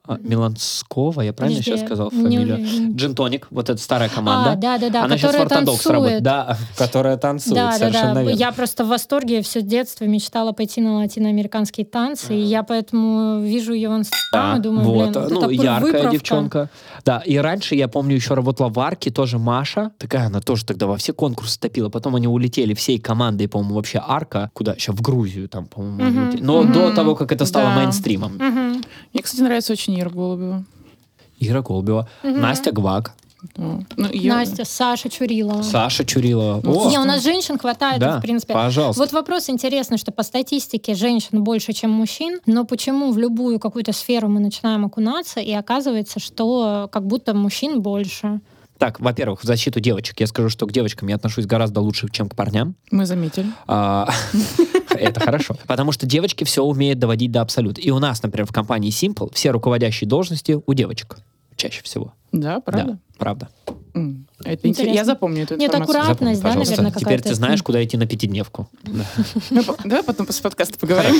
S3: Миланского, я правильно
S2: Подожди,
S3: сейчас сказал
S2: не
S3: фамилию?
S2: уверена.
S3: Джин-тоник, вот эта старая команда.
S2: Да,
S3: Она сейчас в
S2: которая
S3: ортодокс
S2: танцует.
S3: работает. Да, которая танцует, совершенно верно.
S2: Я просто в восторге. Все детство мечтала пойти на латиноамериканские танцы, и я поэтому вижу ее в Инстаграме, думаю,
S3: вот,
S2: блин, это
S3: яркая
S2: выправка.
S3: девчонка. Да, и раньше, я помню, еще работала в Арке, тоже Маша. Такая она тоже тогда во все конкурсы топила. Потом они улетели всей командой, по-моему, вообще Арка. Куда? Сейчас в Грузию там, по-моему, улетели. Но до того, как это стало мейнстримом.
S1: Мне, кстати, нравится очень Ира Голубева.
S3: Ира Голубева. Настя Гвак.
S2: Настя, Саша Чурилова.
S3: Саша Чурилова.
S2: Не, у нас женщин хватает,
S3: да,
S2: в принципе.
S3: Пожалуйста.
S2: Вот вопрос интересный, что по статистике женщин больше, чем мужчин, но почему в любую какую-то сферу мы начинаем окунаться, и оказывается, что как будто мужчин больше?
S3: Так, во-первых, в защиту девочек. Я скажу, что к девочкам я отношусь гораздо лучше, чем к парням.
S1: Мы заметили.
S3: Это хорошо. Потому что девочки все умеют доводить до абсолюта. И у нас, например, в компании Simple все руководящие должности у девочек. Чаще всего.
S1: Да, правда?
S3: Да, правда.
S1: Это интересно. Я запомню эту
S2: Нет,
S1: информацию.
S2: аккуратность, да,
S3: пожалуйста.
S2: наверное, какая-то.
S3: Теперь ты знаешь, куда идти на пятидневку.
S1: Давай потом после подкаста поговорим.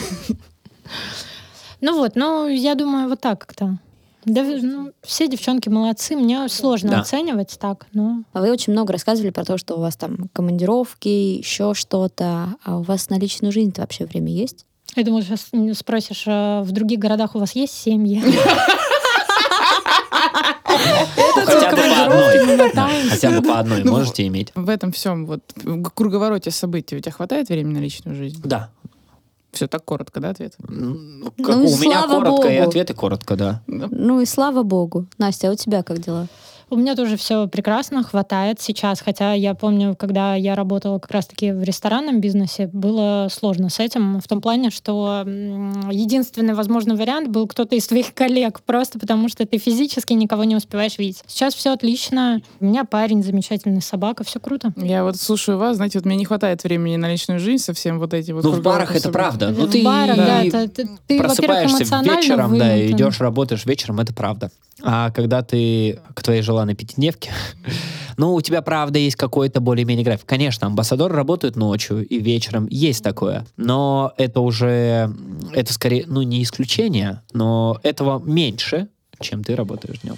S2: Я думаю, вот так как-то. Да, все девчонки молодцы, мне сложно оценивать так, но...
S4: А вы очень много рассказывали про то, что у вас там командировки, еще что-то, а у вас на личную жизнь-то вообще время есть?
S2: Я думаю, сейчас спросишь, в других городах у вас есть семьи?
S3: Хотя бы по одной. Хотя бы по одной можете иметь.
S1: В этом всем вот в круговороте событий у тебя хватает времени на личную жизнь?
S3: Да.
S1: Все так коротко, да, ответ?
S3: У меня коротко, и ответы коротко, да.
S4: Ну и слава богу. Настя, а у тебя как дела?
S2: У меня тоже все прекрасно, хватает сейчас. Хотя я помню, когда я работала как раз-таки в ресторанном бизнесе, было сложно с этим. В том плане, что единственный возможный вариант был кто-то из твоих коллег. Просто потому, что ты физически никого не успеваешь видеть. Сейчас все отлично. У меня парень замечательный, собака, все круто.
S1: Я вот слушаю вас, знаете, вот мне не хватает времени на личную жизнь совсем вот эти вот...
S3: Ну, в барах это правда. Ну, ты
S2: барах, да, ты,
S3: просыпаешься
S2: во-первых,
S3: вечером, да,
S2: вымотан.
S3: идешь, работаешь вечером, это правда. А когда ты к твоей желанной пятидневке, ну, у тебя, правда, есть какой-то более-менее график. Конечно, амбассадоры работают ночью и вечером, есть такое. Но это скорее, не исключение, но этого меньше, чем ты работаешь днем.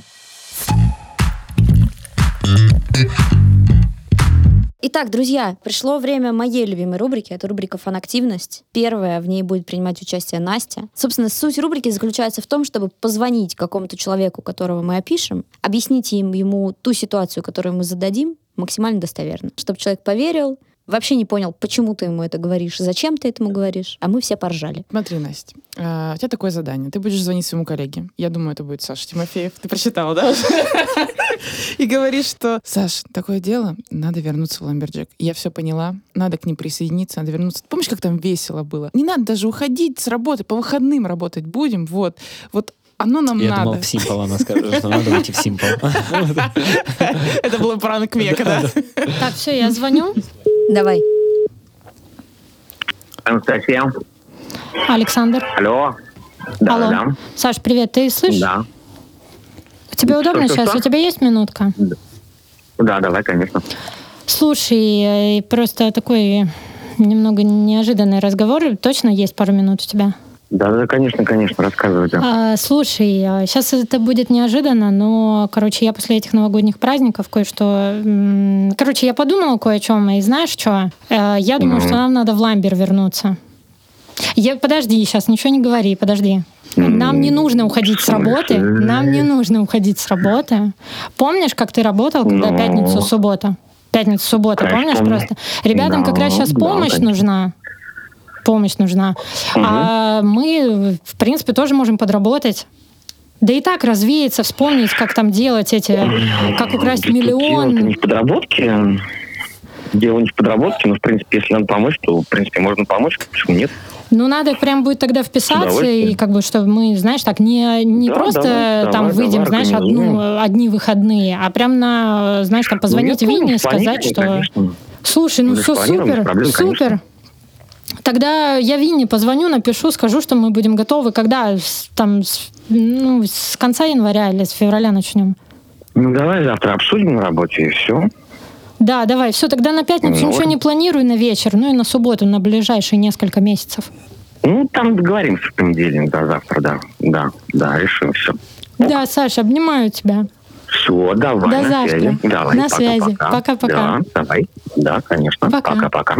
S4: Итак, друзья, пришло время моей любимой рубрики. Это рубрика «Фан-активность». Первая, в ней будет принимать участие Настя. Собственно, суть рубрики заключается в том, чтобы позвонить какому-то человеку, которого мы опишем, объяснить ему ту ситуацию, которую мы зададим, максимально достоверно. Чтобы человек поверил, вообще не понял, почему ты ему это говоришь, зачем ты этому говоришь, а мы все поржали.
S1: Смотри, Настя, у тебя такое задание. Ты будешь звонить своему коллеге. Я думаю, это будет Саша Тимофеев. Ты прочитала, да? И говоришь, что, Саш, такое дело, надо вернуться в Ламберджек. Я все поняла, надо к ним присоединиться, надо вернуться. Помнишь, как там весело было? Не надо даже уходить с работы, по выходным работать будем, вот оно нам надо.
S3: Я думал, в Симпл она скажет, что надо уйти в Симпл.
S1: Это был пранк века, да?
S2: Так, все, я звоню.
S4: Давай.
S5: Анастасия.
S2: Александр.
S5: Алло.
S2: Алло.
S5: Да.
S2: Саш, привет, ты слышишь?
S5: Да.
S2: Тебе удобно
S5: Что?
S2: сейчас? У тебя есть минутка?
S5: Да, давай, конечно.
S2: Слушай, просто такой немного неожиданный разговор. Точно есть пару минут у тебя?
S5: Да, конечно, рассказывайте.
S2: Слушай, сейчас это будет неожиданно, но, я после этих новогодних праздников кое-что... я подумала кое о чем, и знаешь что? Я думаю, что нам надо в Ламбер вернуться. Подожди, сейчас ничего не говори, подожди. Нам не нужно уходить с работы. Помнишь, как ты работал, когда пятница-суббота? Пятница-суббота, помнишь
S5: помню.
S2: просто? Ребятам как раз сейчас помощь нужна. А мы, в принципе, тоже можем подработать. Да и так развеяться, вспомнить, как там делать как украсть миллион.
S5: Дело не в подработке, но, в принципе, если надо помочь, то, в принципе, можно помочь, почему нет?
S2: Ну, надо прям будет тогда вписаться, и чтобы мы, знаешь, так не просто выйдем, знаешь, одни выходные, а прям знаешь, там позвонить Вине и сказать, что...
S5: Конечно.
S2: Слушай, все супер. Тогда я Вине позвоню, напишу, скажу, что мы будем готовы, когда с конца января или с февраля начнем.
S5: Ну, давай завтра обсудим на работе, и все.
S2: Да, давай, все, тогда на пятницу ничего не планирую на вечер, и на субботу, на ближайшие несколько месяцев.
S5: Ну, там договоримся в понедельник, да, завтра, да, решим все.
S2: Да, Саша, обнимаю тебя.
S5: Все, давай,
S2: До
S5: на
S2: завтра.
S5: связи. Давай,
S2: На связи. Пока-пока.
S5: Да, давай, да, конечно.
S2: Пока.
S5: Пока-пока.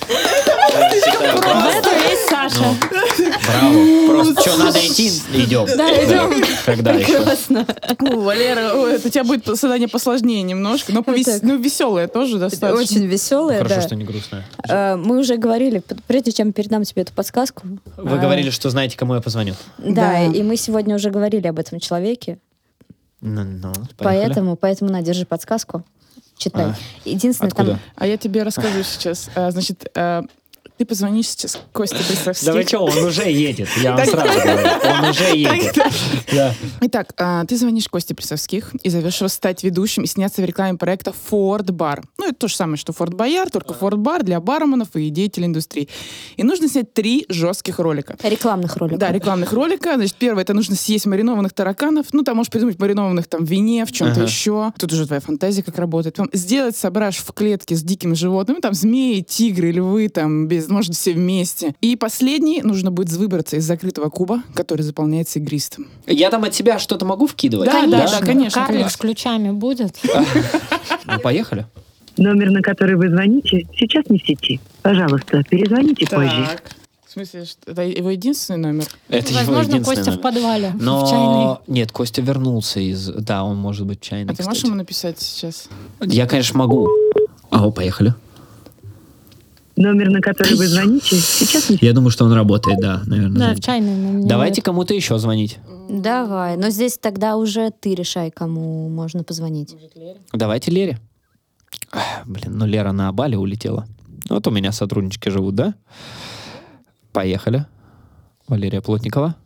S2: В этом есть Саша.
S3: Браво. Просто что, надо идти? Идем.
S2: Да, идем.
S3: Когда еще?
S1: Валера, у тебя будет задание посложнее немножко, но веселое тоже достаточно.
S4: Очень веселое,
S3: Хорошо,
S4: да.
S3: что не грустное.
S4: Мы уже говорили, прежде чем передам тебе эту подсказку.
S3: Вы говорили, что знаете, кому я позвоню.
S4: Да, и мы сегодня уже говорили об этом человеке.
S3: Ну, поехали.
S4: Поэтому на, держи подсказку. Читай. Единственное,
S3: Откуда?
S4: там...
S1: А я тебе расскажу сейчас. Значит, ты позвонишь сейчас Косте Присовски.
S3: Да вы что, он уже едет, я вам сразу говорю. Он уже едет. Да.
S1: Итак, ты звонишь Косте Присовских и зовешь его стать ведущим и сняться в рекламе проекта Ford Bar. Ну, это то же самое, что Ford Боярд, только Ford Bar для барменов и деятелей индустрии. И нужно снять 3 жестких ролика.
S4: Рекламных роликов.
S1: Да, рекламных ролика. Значит, первое, это нужно съесть маринованных тараканов. Ну, там можешь придумать маринованных там в вине, в чем-то еще. Тут уже твоя фантазия как работает. Вам сделать сображ в клетке с дикими животными, там змеи, тигры, львы, там, может, все вместе. И последний, нужно будет выбраться из закрытого куба, который заполняется игристым.
S3: Я там от себя что-то могу вкидывать?
S1: Да, конечно.
S2: Карлик с ключами будет.
S3: Ну, поехали.
S6: Номер, на который вы звоните, сейчас не в сети. Пожалуйста, перезвоните позже.
S1: Так. В смысле, это его единственный номер?
S3: Это его
S2: Возможно,
S3: единственный
S2: Костя в
S3: номер.
S2: подвале, в чайной.
S3: Но нет, Костя вернулся из... Да, он может быть чайный,
S1: А ты можешь
S3: кстати.
S1: ему написать сейчас?
S3: Я, конечно, могу. Поехали.
S6: Номер, на который вы звоните, сейчас не в сети.
S3: Я думаю, что он работает, да, наверное.
S2: Да, в чайной. наверное,
S3: Давайте кому-то еще звонить.
S4: Давай. Но здесь тогда уже ты решай, кому можно позвонить.
S3: Давайте Лере. Блин, ну Лера на Бали улетела. Вот у меня сотруднички живут, да? Поехали. Валерия Плотникова.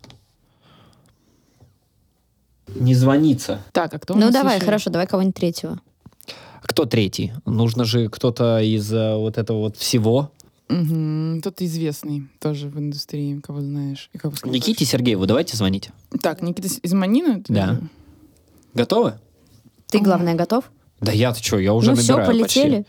S3: Не звонится.
S1: Так, а кто у
S4: Ну
S1: нас
S4: давай,
S1: еще?
S4: хорошо, давай кого-нибудь третьего.
S3: Кто третий? Нужно же кто-то из вот этого вот всего.
S1: Кто-то известный тоже в индустрии, кого знаешь. И кого скажешь.
S3: Никите Сергееву давайте звонить.
S1: Так, Никита из Манина?
S3: Да. Готовы?
S4: Ты, главное, готов?
S3: Да я-то что, я уже
S4: Ну все,
S3: набираю
S4: полетели.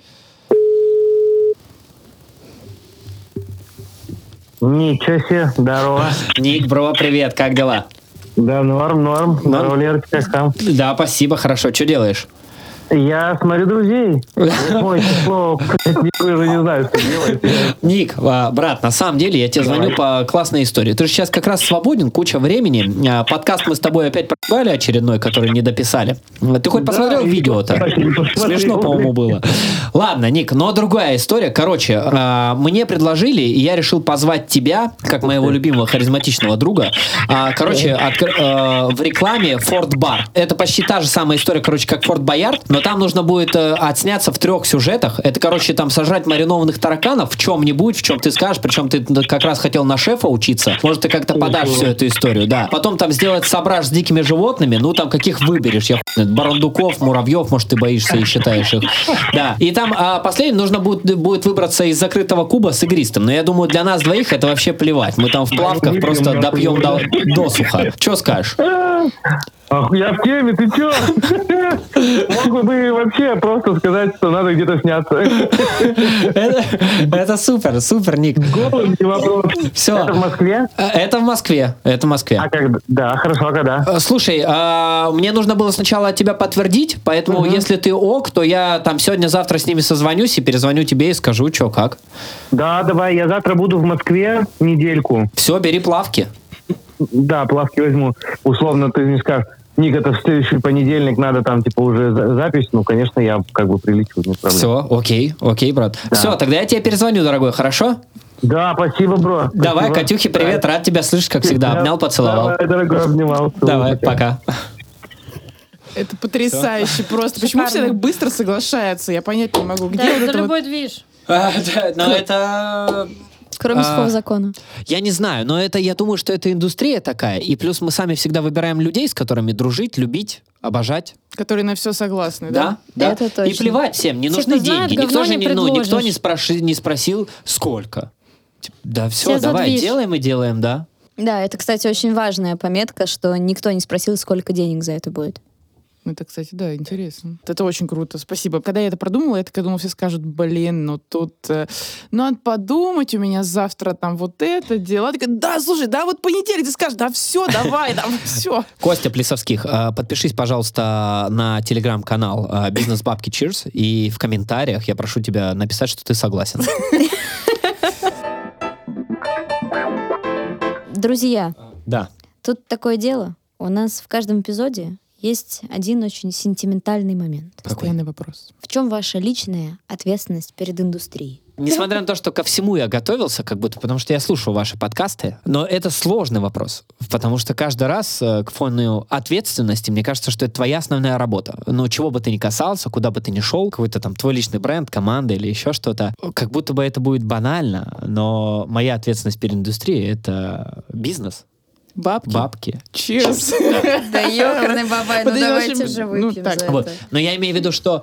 S5: Ничего себе, здорово.
S3: почти. Ник, бро, привет, как дела?
S5: Да, норм. Здорово, Лера, как там?
S3: Да, спасибо, хорошо. Что делаешь?
S5: Я смотрю друзей. Ой, число, я уже не знаю, что делать.
S3: Ник, брат, на самом деле я тебе звоню по классной истории. Ты же сейчас как раз свободен, куча времени. Подкаст мы с тобой опять проебали очередной, который не дописали. Ты хоть посмотрел видео-то? Смешно, по-моему, было. Ладно, Ник, но другая история. Короче, мне предложили, и я решил позвать тебя, как моего любимого харизматичного друга, короче, в рекламе Ford Bar. Это почти та же самая история, короче, как Ford Боярд, но там нужно будет отсняться в 3 сюжетах. Это, короче, там сожрать маринованных тараканов в чем-нибудь, в чем ты скажешь, причем ты как раз хотел на шефа учиться. Может, ты как-то подашь всю эту историю, да. Потом там сделать сображ с дикими животными, ну, там каких выберешь, я хуй знает, барандуков, муравьев, может, ты боишься и считаешь их. Да. И там последним нужно будет выбраться из закрытого куба с игристым. Но я думаю, для нас двоих это вообще плевать. Мы там в плавках просто допьем досуха. Че скажешь?
S5: Я в теме, ты чё? Мог бы вообще просто сказать, что надо где-то сняться.
S3: Это супер, Ник.
S5: Голым, не вопрос.
S3: Все.
S5: Это в Москве?
S3: Это в Москве.
S5: А как? Да, хорошо, а когда?
S3: Слушай, мне нужно было сначала от тебя подтвердить, поэтому если ты ок, то я там сегодня-завтра с ними созвонюсь и перезвоню тебе и скажу, что как.
S5: Да, давай, я завтра буду в Москве недельку.
S3: Все, бери плавки.
S5: Да, плавки возьму. Условно, ты мне скажешь, Ник, это в следующий понедельник, надо там, типа, уже запись. Ну, конечно, я как бы прилечу, не проблема.
S3: Все, окей, брат.
S5: Да.
S3: Все, тогда я тебе перезвоню, дорогой, хорошо?
S5: Да, спасибо, бро.
S3: Давай,
S5: Спасибо.
S3: Катюхе, привет, рад тебя слышать, как всегда. Обнял, поцеловал.
S5: Давай, дорогой, обнимал.
S3: Давай, пока.
S1: Это потрясающе просто. Почему все так быстро соглашаются? Я понять не могу. Где
S2: Да,
S1: вот
S2: это
S1: это вот-
S2: любой движ.
S3: Но это...
S4: Кроме слова закона.
S3: Я не знаю, но это, я думаю, что это индустрия такая. И плюс мы сами всегда выбираем людей, с которыми дружить, любить, обожать.
S1: Которые на все согласны, да?
S3: Да.
S4: Это точно.
S3: И плевать всем, не
S2: Те,
S3: нужны
S2: кто знает,
S3: деньги.
S2: говно не
S3: Никто
S2: предложишь.
S3: не спросил, сколько. Типа, да все,
S2: Все за
S3: давай,
S2: движ.
S3: делаем и делаем, да.
S4: Да, это, кстати, очень важная пометка, что никто не спросил, сколько денег за это будет.
S1: Это, кстати, да, интересно. Это очень круто, спасибо. Когда я это продумала, я такая думала, все скажут, блин, ну тут... надо подумать, у меня завтра там вот это дело. Такая, да, слушай, да, вот понедельник ты скажешь, да все, давай, да, все.
S3: Костя Плесовских, подпишись, пожалуйста, на телеграм-канал «Бизнес Бабки Cheers», и в комментариях я прошу тебя написать, что ты согласен.
S4: Друзья,
S3: Да.
S4: тут такое дело. У нас в каждом эпизоде есть один очень сентиментальный момент.
S1: Постоянный вопрос.
S4: В чем ваша личная ответственность перед индустрией?
S3: Несмотря на то, что ко всему я готовился, как будто, потому что я слушаю ваши подкасты, но это сложный вопрос, потому что каждый раз к фону ответственности, мне кажется, что это твоя основная работа. Но чего бы ты ни касался, куда бы ты ни шел, какой-то там твой личный бренд, команда или еще что-то, как будто бы это будет банально, но моя ответственность перед индустрией — это бизнес. Бабки.
S1: Cheers.
S4: Да ёкарный бабай, ну давайте же выпьем за это.
S3: Вот. Но я имею в виду, что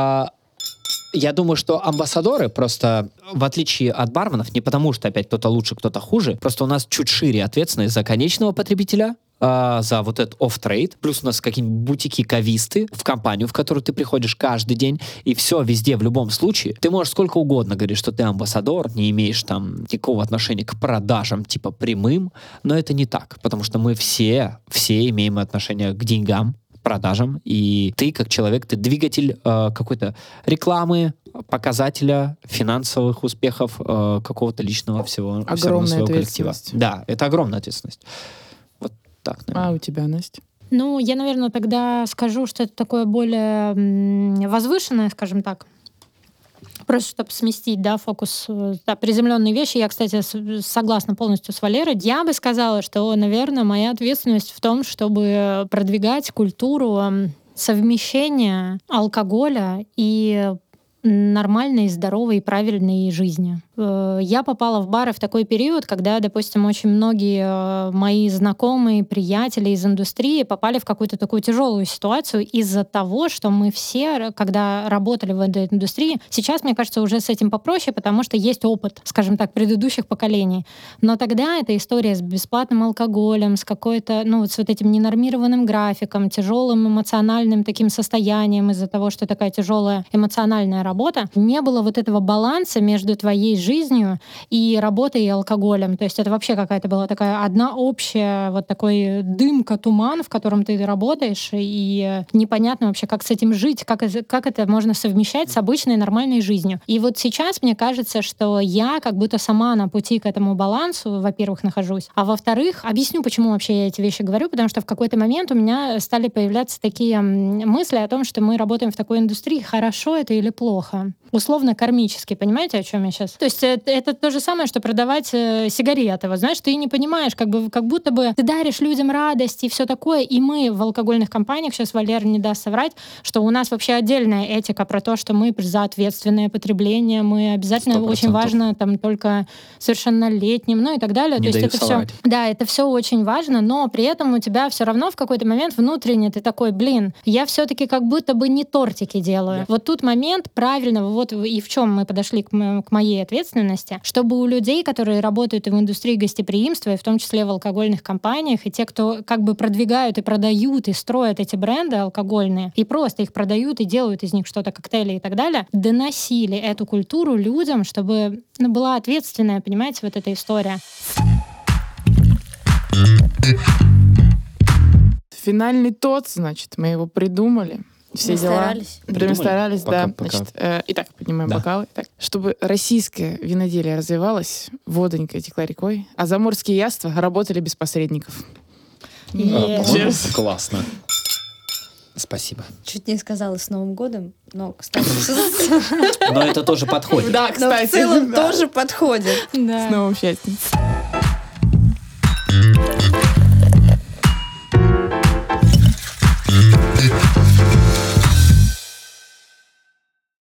S3: я думаю, что амбассадоры просто, в отличие от барменов, не потому что опять кто-то лучше, кто-то хуже, просто у нас чуть шире ответственность за конечного потребителя, за вот этот офф-трейд, плюс у нас какие-нибудь бутики-кависты в компанию, в которую ты приходишь каждый день, и все везде, в любом случае. Ты можешь сколько угодно говорить, что ты амбассадор, не имеешь там никакого отношения к продажам, типа прямым, но это не так, потому что мы все имеем отношение к деньгам, продажам, и ты, как человек, ты двигатель какой-то рекламы, показателя финансовых успехов какого-то личного всего
S1: Огромная
S3: своего коллектива.
S1: ответственность.
S3: Да, это огромная ответственность. Вот так, наверное.
S1: А у тебя, Настя?
S2: Ну, я, наверное, тогда скажу, что это такое более возвышенное, скажем так. Просто чтобы сместить, да, фокус, да, приземленные вещи. Я, кстати, согласна полностью с Валерой. Я бы сказала, что, наверное, моя ответственность в том, чтобы продвигать культуру совмещения алкоголя и нормальной, здоровой и правильной жизни. Я попала в бары в такой период, когда, допустим, очень многие мои знакомые, приятели из индустрии попали в какую-то такую тяжелую ситуацию из-за того, что мы все, когда работали в этой индустрии, сейчас, мне кажется, уже с этим попроще, потому что есть опыт, скажем так, предыдущих поколений. Но тогда эта история с бесплатным алкоголем, с какой-то, ну, вот с вот этим ненормированным графиком, тяжелым эмоциональным таким состоянием из-за того, что такая тяжелая эмоциональная работа, не было вот этого баланса между твоей жизнью и работой и алкоголем. То есть это вообще какая-то была такая одна общая вот такой дымка, туман, в котором ты работаешь, и непонятно вообще, как с этим жить, как это можно совмещать с обычной нормальной жизнью. И вот сейчас мне кажется, что я как будто сама на пути к этому балансу, во-первых, нахожусь, а во-вторых, объясню, почему вообще я эти вещи говорю, потому что в какой-то момент у меня стали появляться такие мысли о том, что мы работаем в такой индустрии, хорошо это или плохо. Условно кармически, понимаете, о чем я сейчас? То есть это то же самое, что продавать сигареты. Вот, знаешь, ты не понимаешь, как будто бы ты даришь людям радость и все такое, и мы в алкогольных компаниях, сейчас Валера не даст соврать, что у нас вообще отдельная этика про то, что мы за ответственное потребление, мы обязательно,
S3: 100%.
S2: очень важно там только совершеннолетним, ну и так далее.
S3: Не
S2: то есть
S3: даю
S2: это
S3: соврать.
S2: все, да, это все очень важно, но при этом у тебя все равно в какой-то момент внутренне ты такой, блин, я все-таки как будто бы не тортики делаю.
S3: Да.
S2: Вот тут момент правильного, вот и в чем мы подошли к моей ответственности, чтобы у людей, которые работают в индустрии гостеприимства, и в том числе в алкогольных компаниях, и те, кто как бы продвигают и продают, и строят эти бренды алкогольные, и просто их продают и делают из них что-то, коктейли и так далее, доносили эту культуру людям, чтобы была ответственная, понимаете, вот эта история.
S1: Финальный тот, значит, мы его придумали. Все
S4: Мы
S1: дела.
S4: старались.
S1: Мы старались, да.
S3: Пока.
S1: Значит, итак, поднимаем
S3: Да.
S1: бокалы. Так, чтобы российское виноделие развивалось, водонька текла рекой, а заморские яства работали без посредников. Cheers.
S3: Классно. Спасибо.
S4: Чуть не сказала с Новым годом, но, кстати,
S3: Но это тоже подходит.
S1: Да,
S4: но в
S1: кстати.
S4: целом
S1: да.
S4: тоже подходит.
S1: С новым счастьем.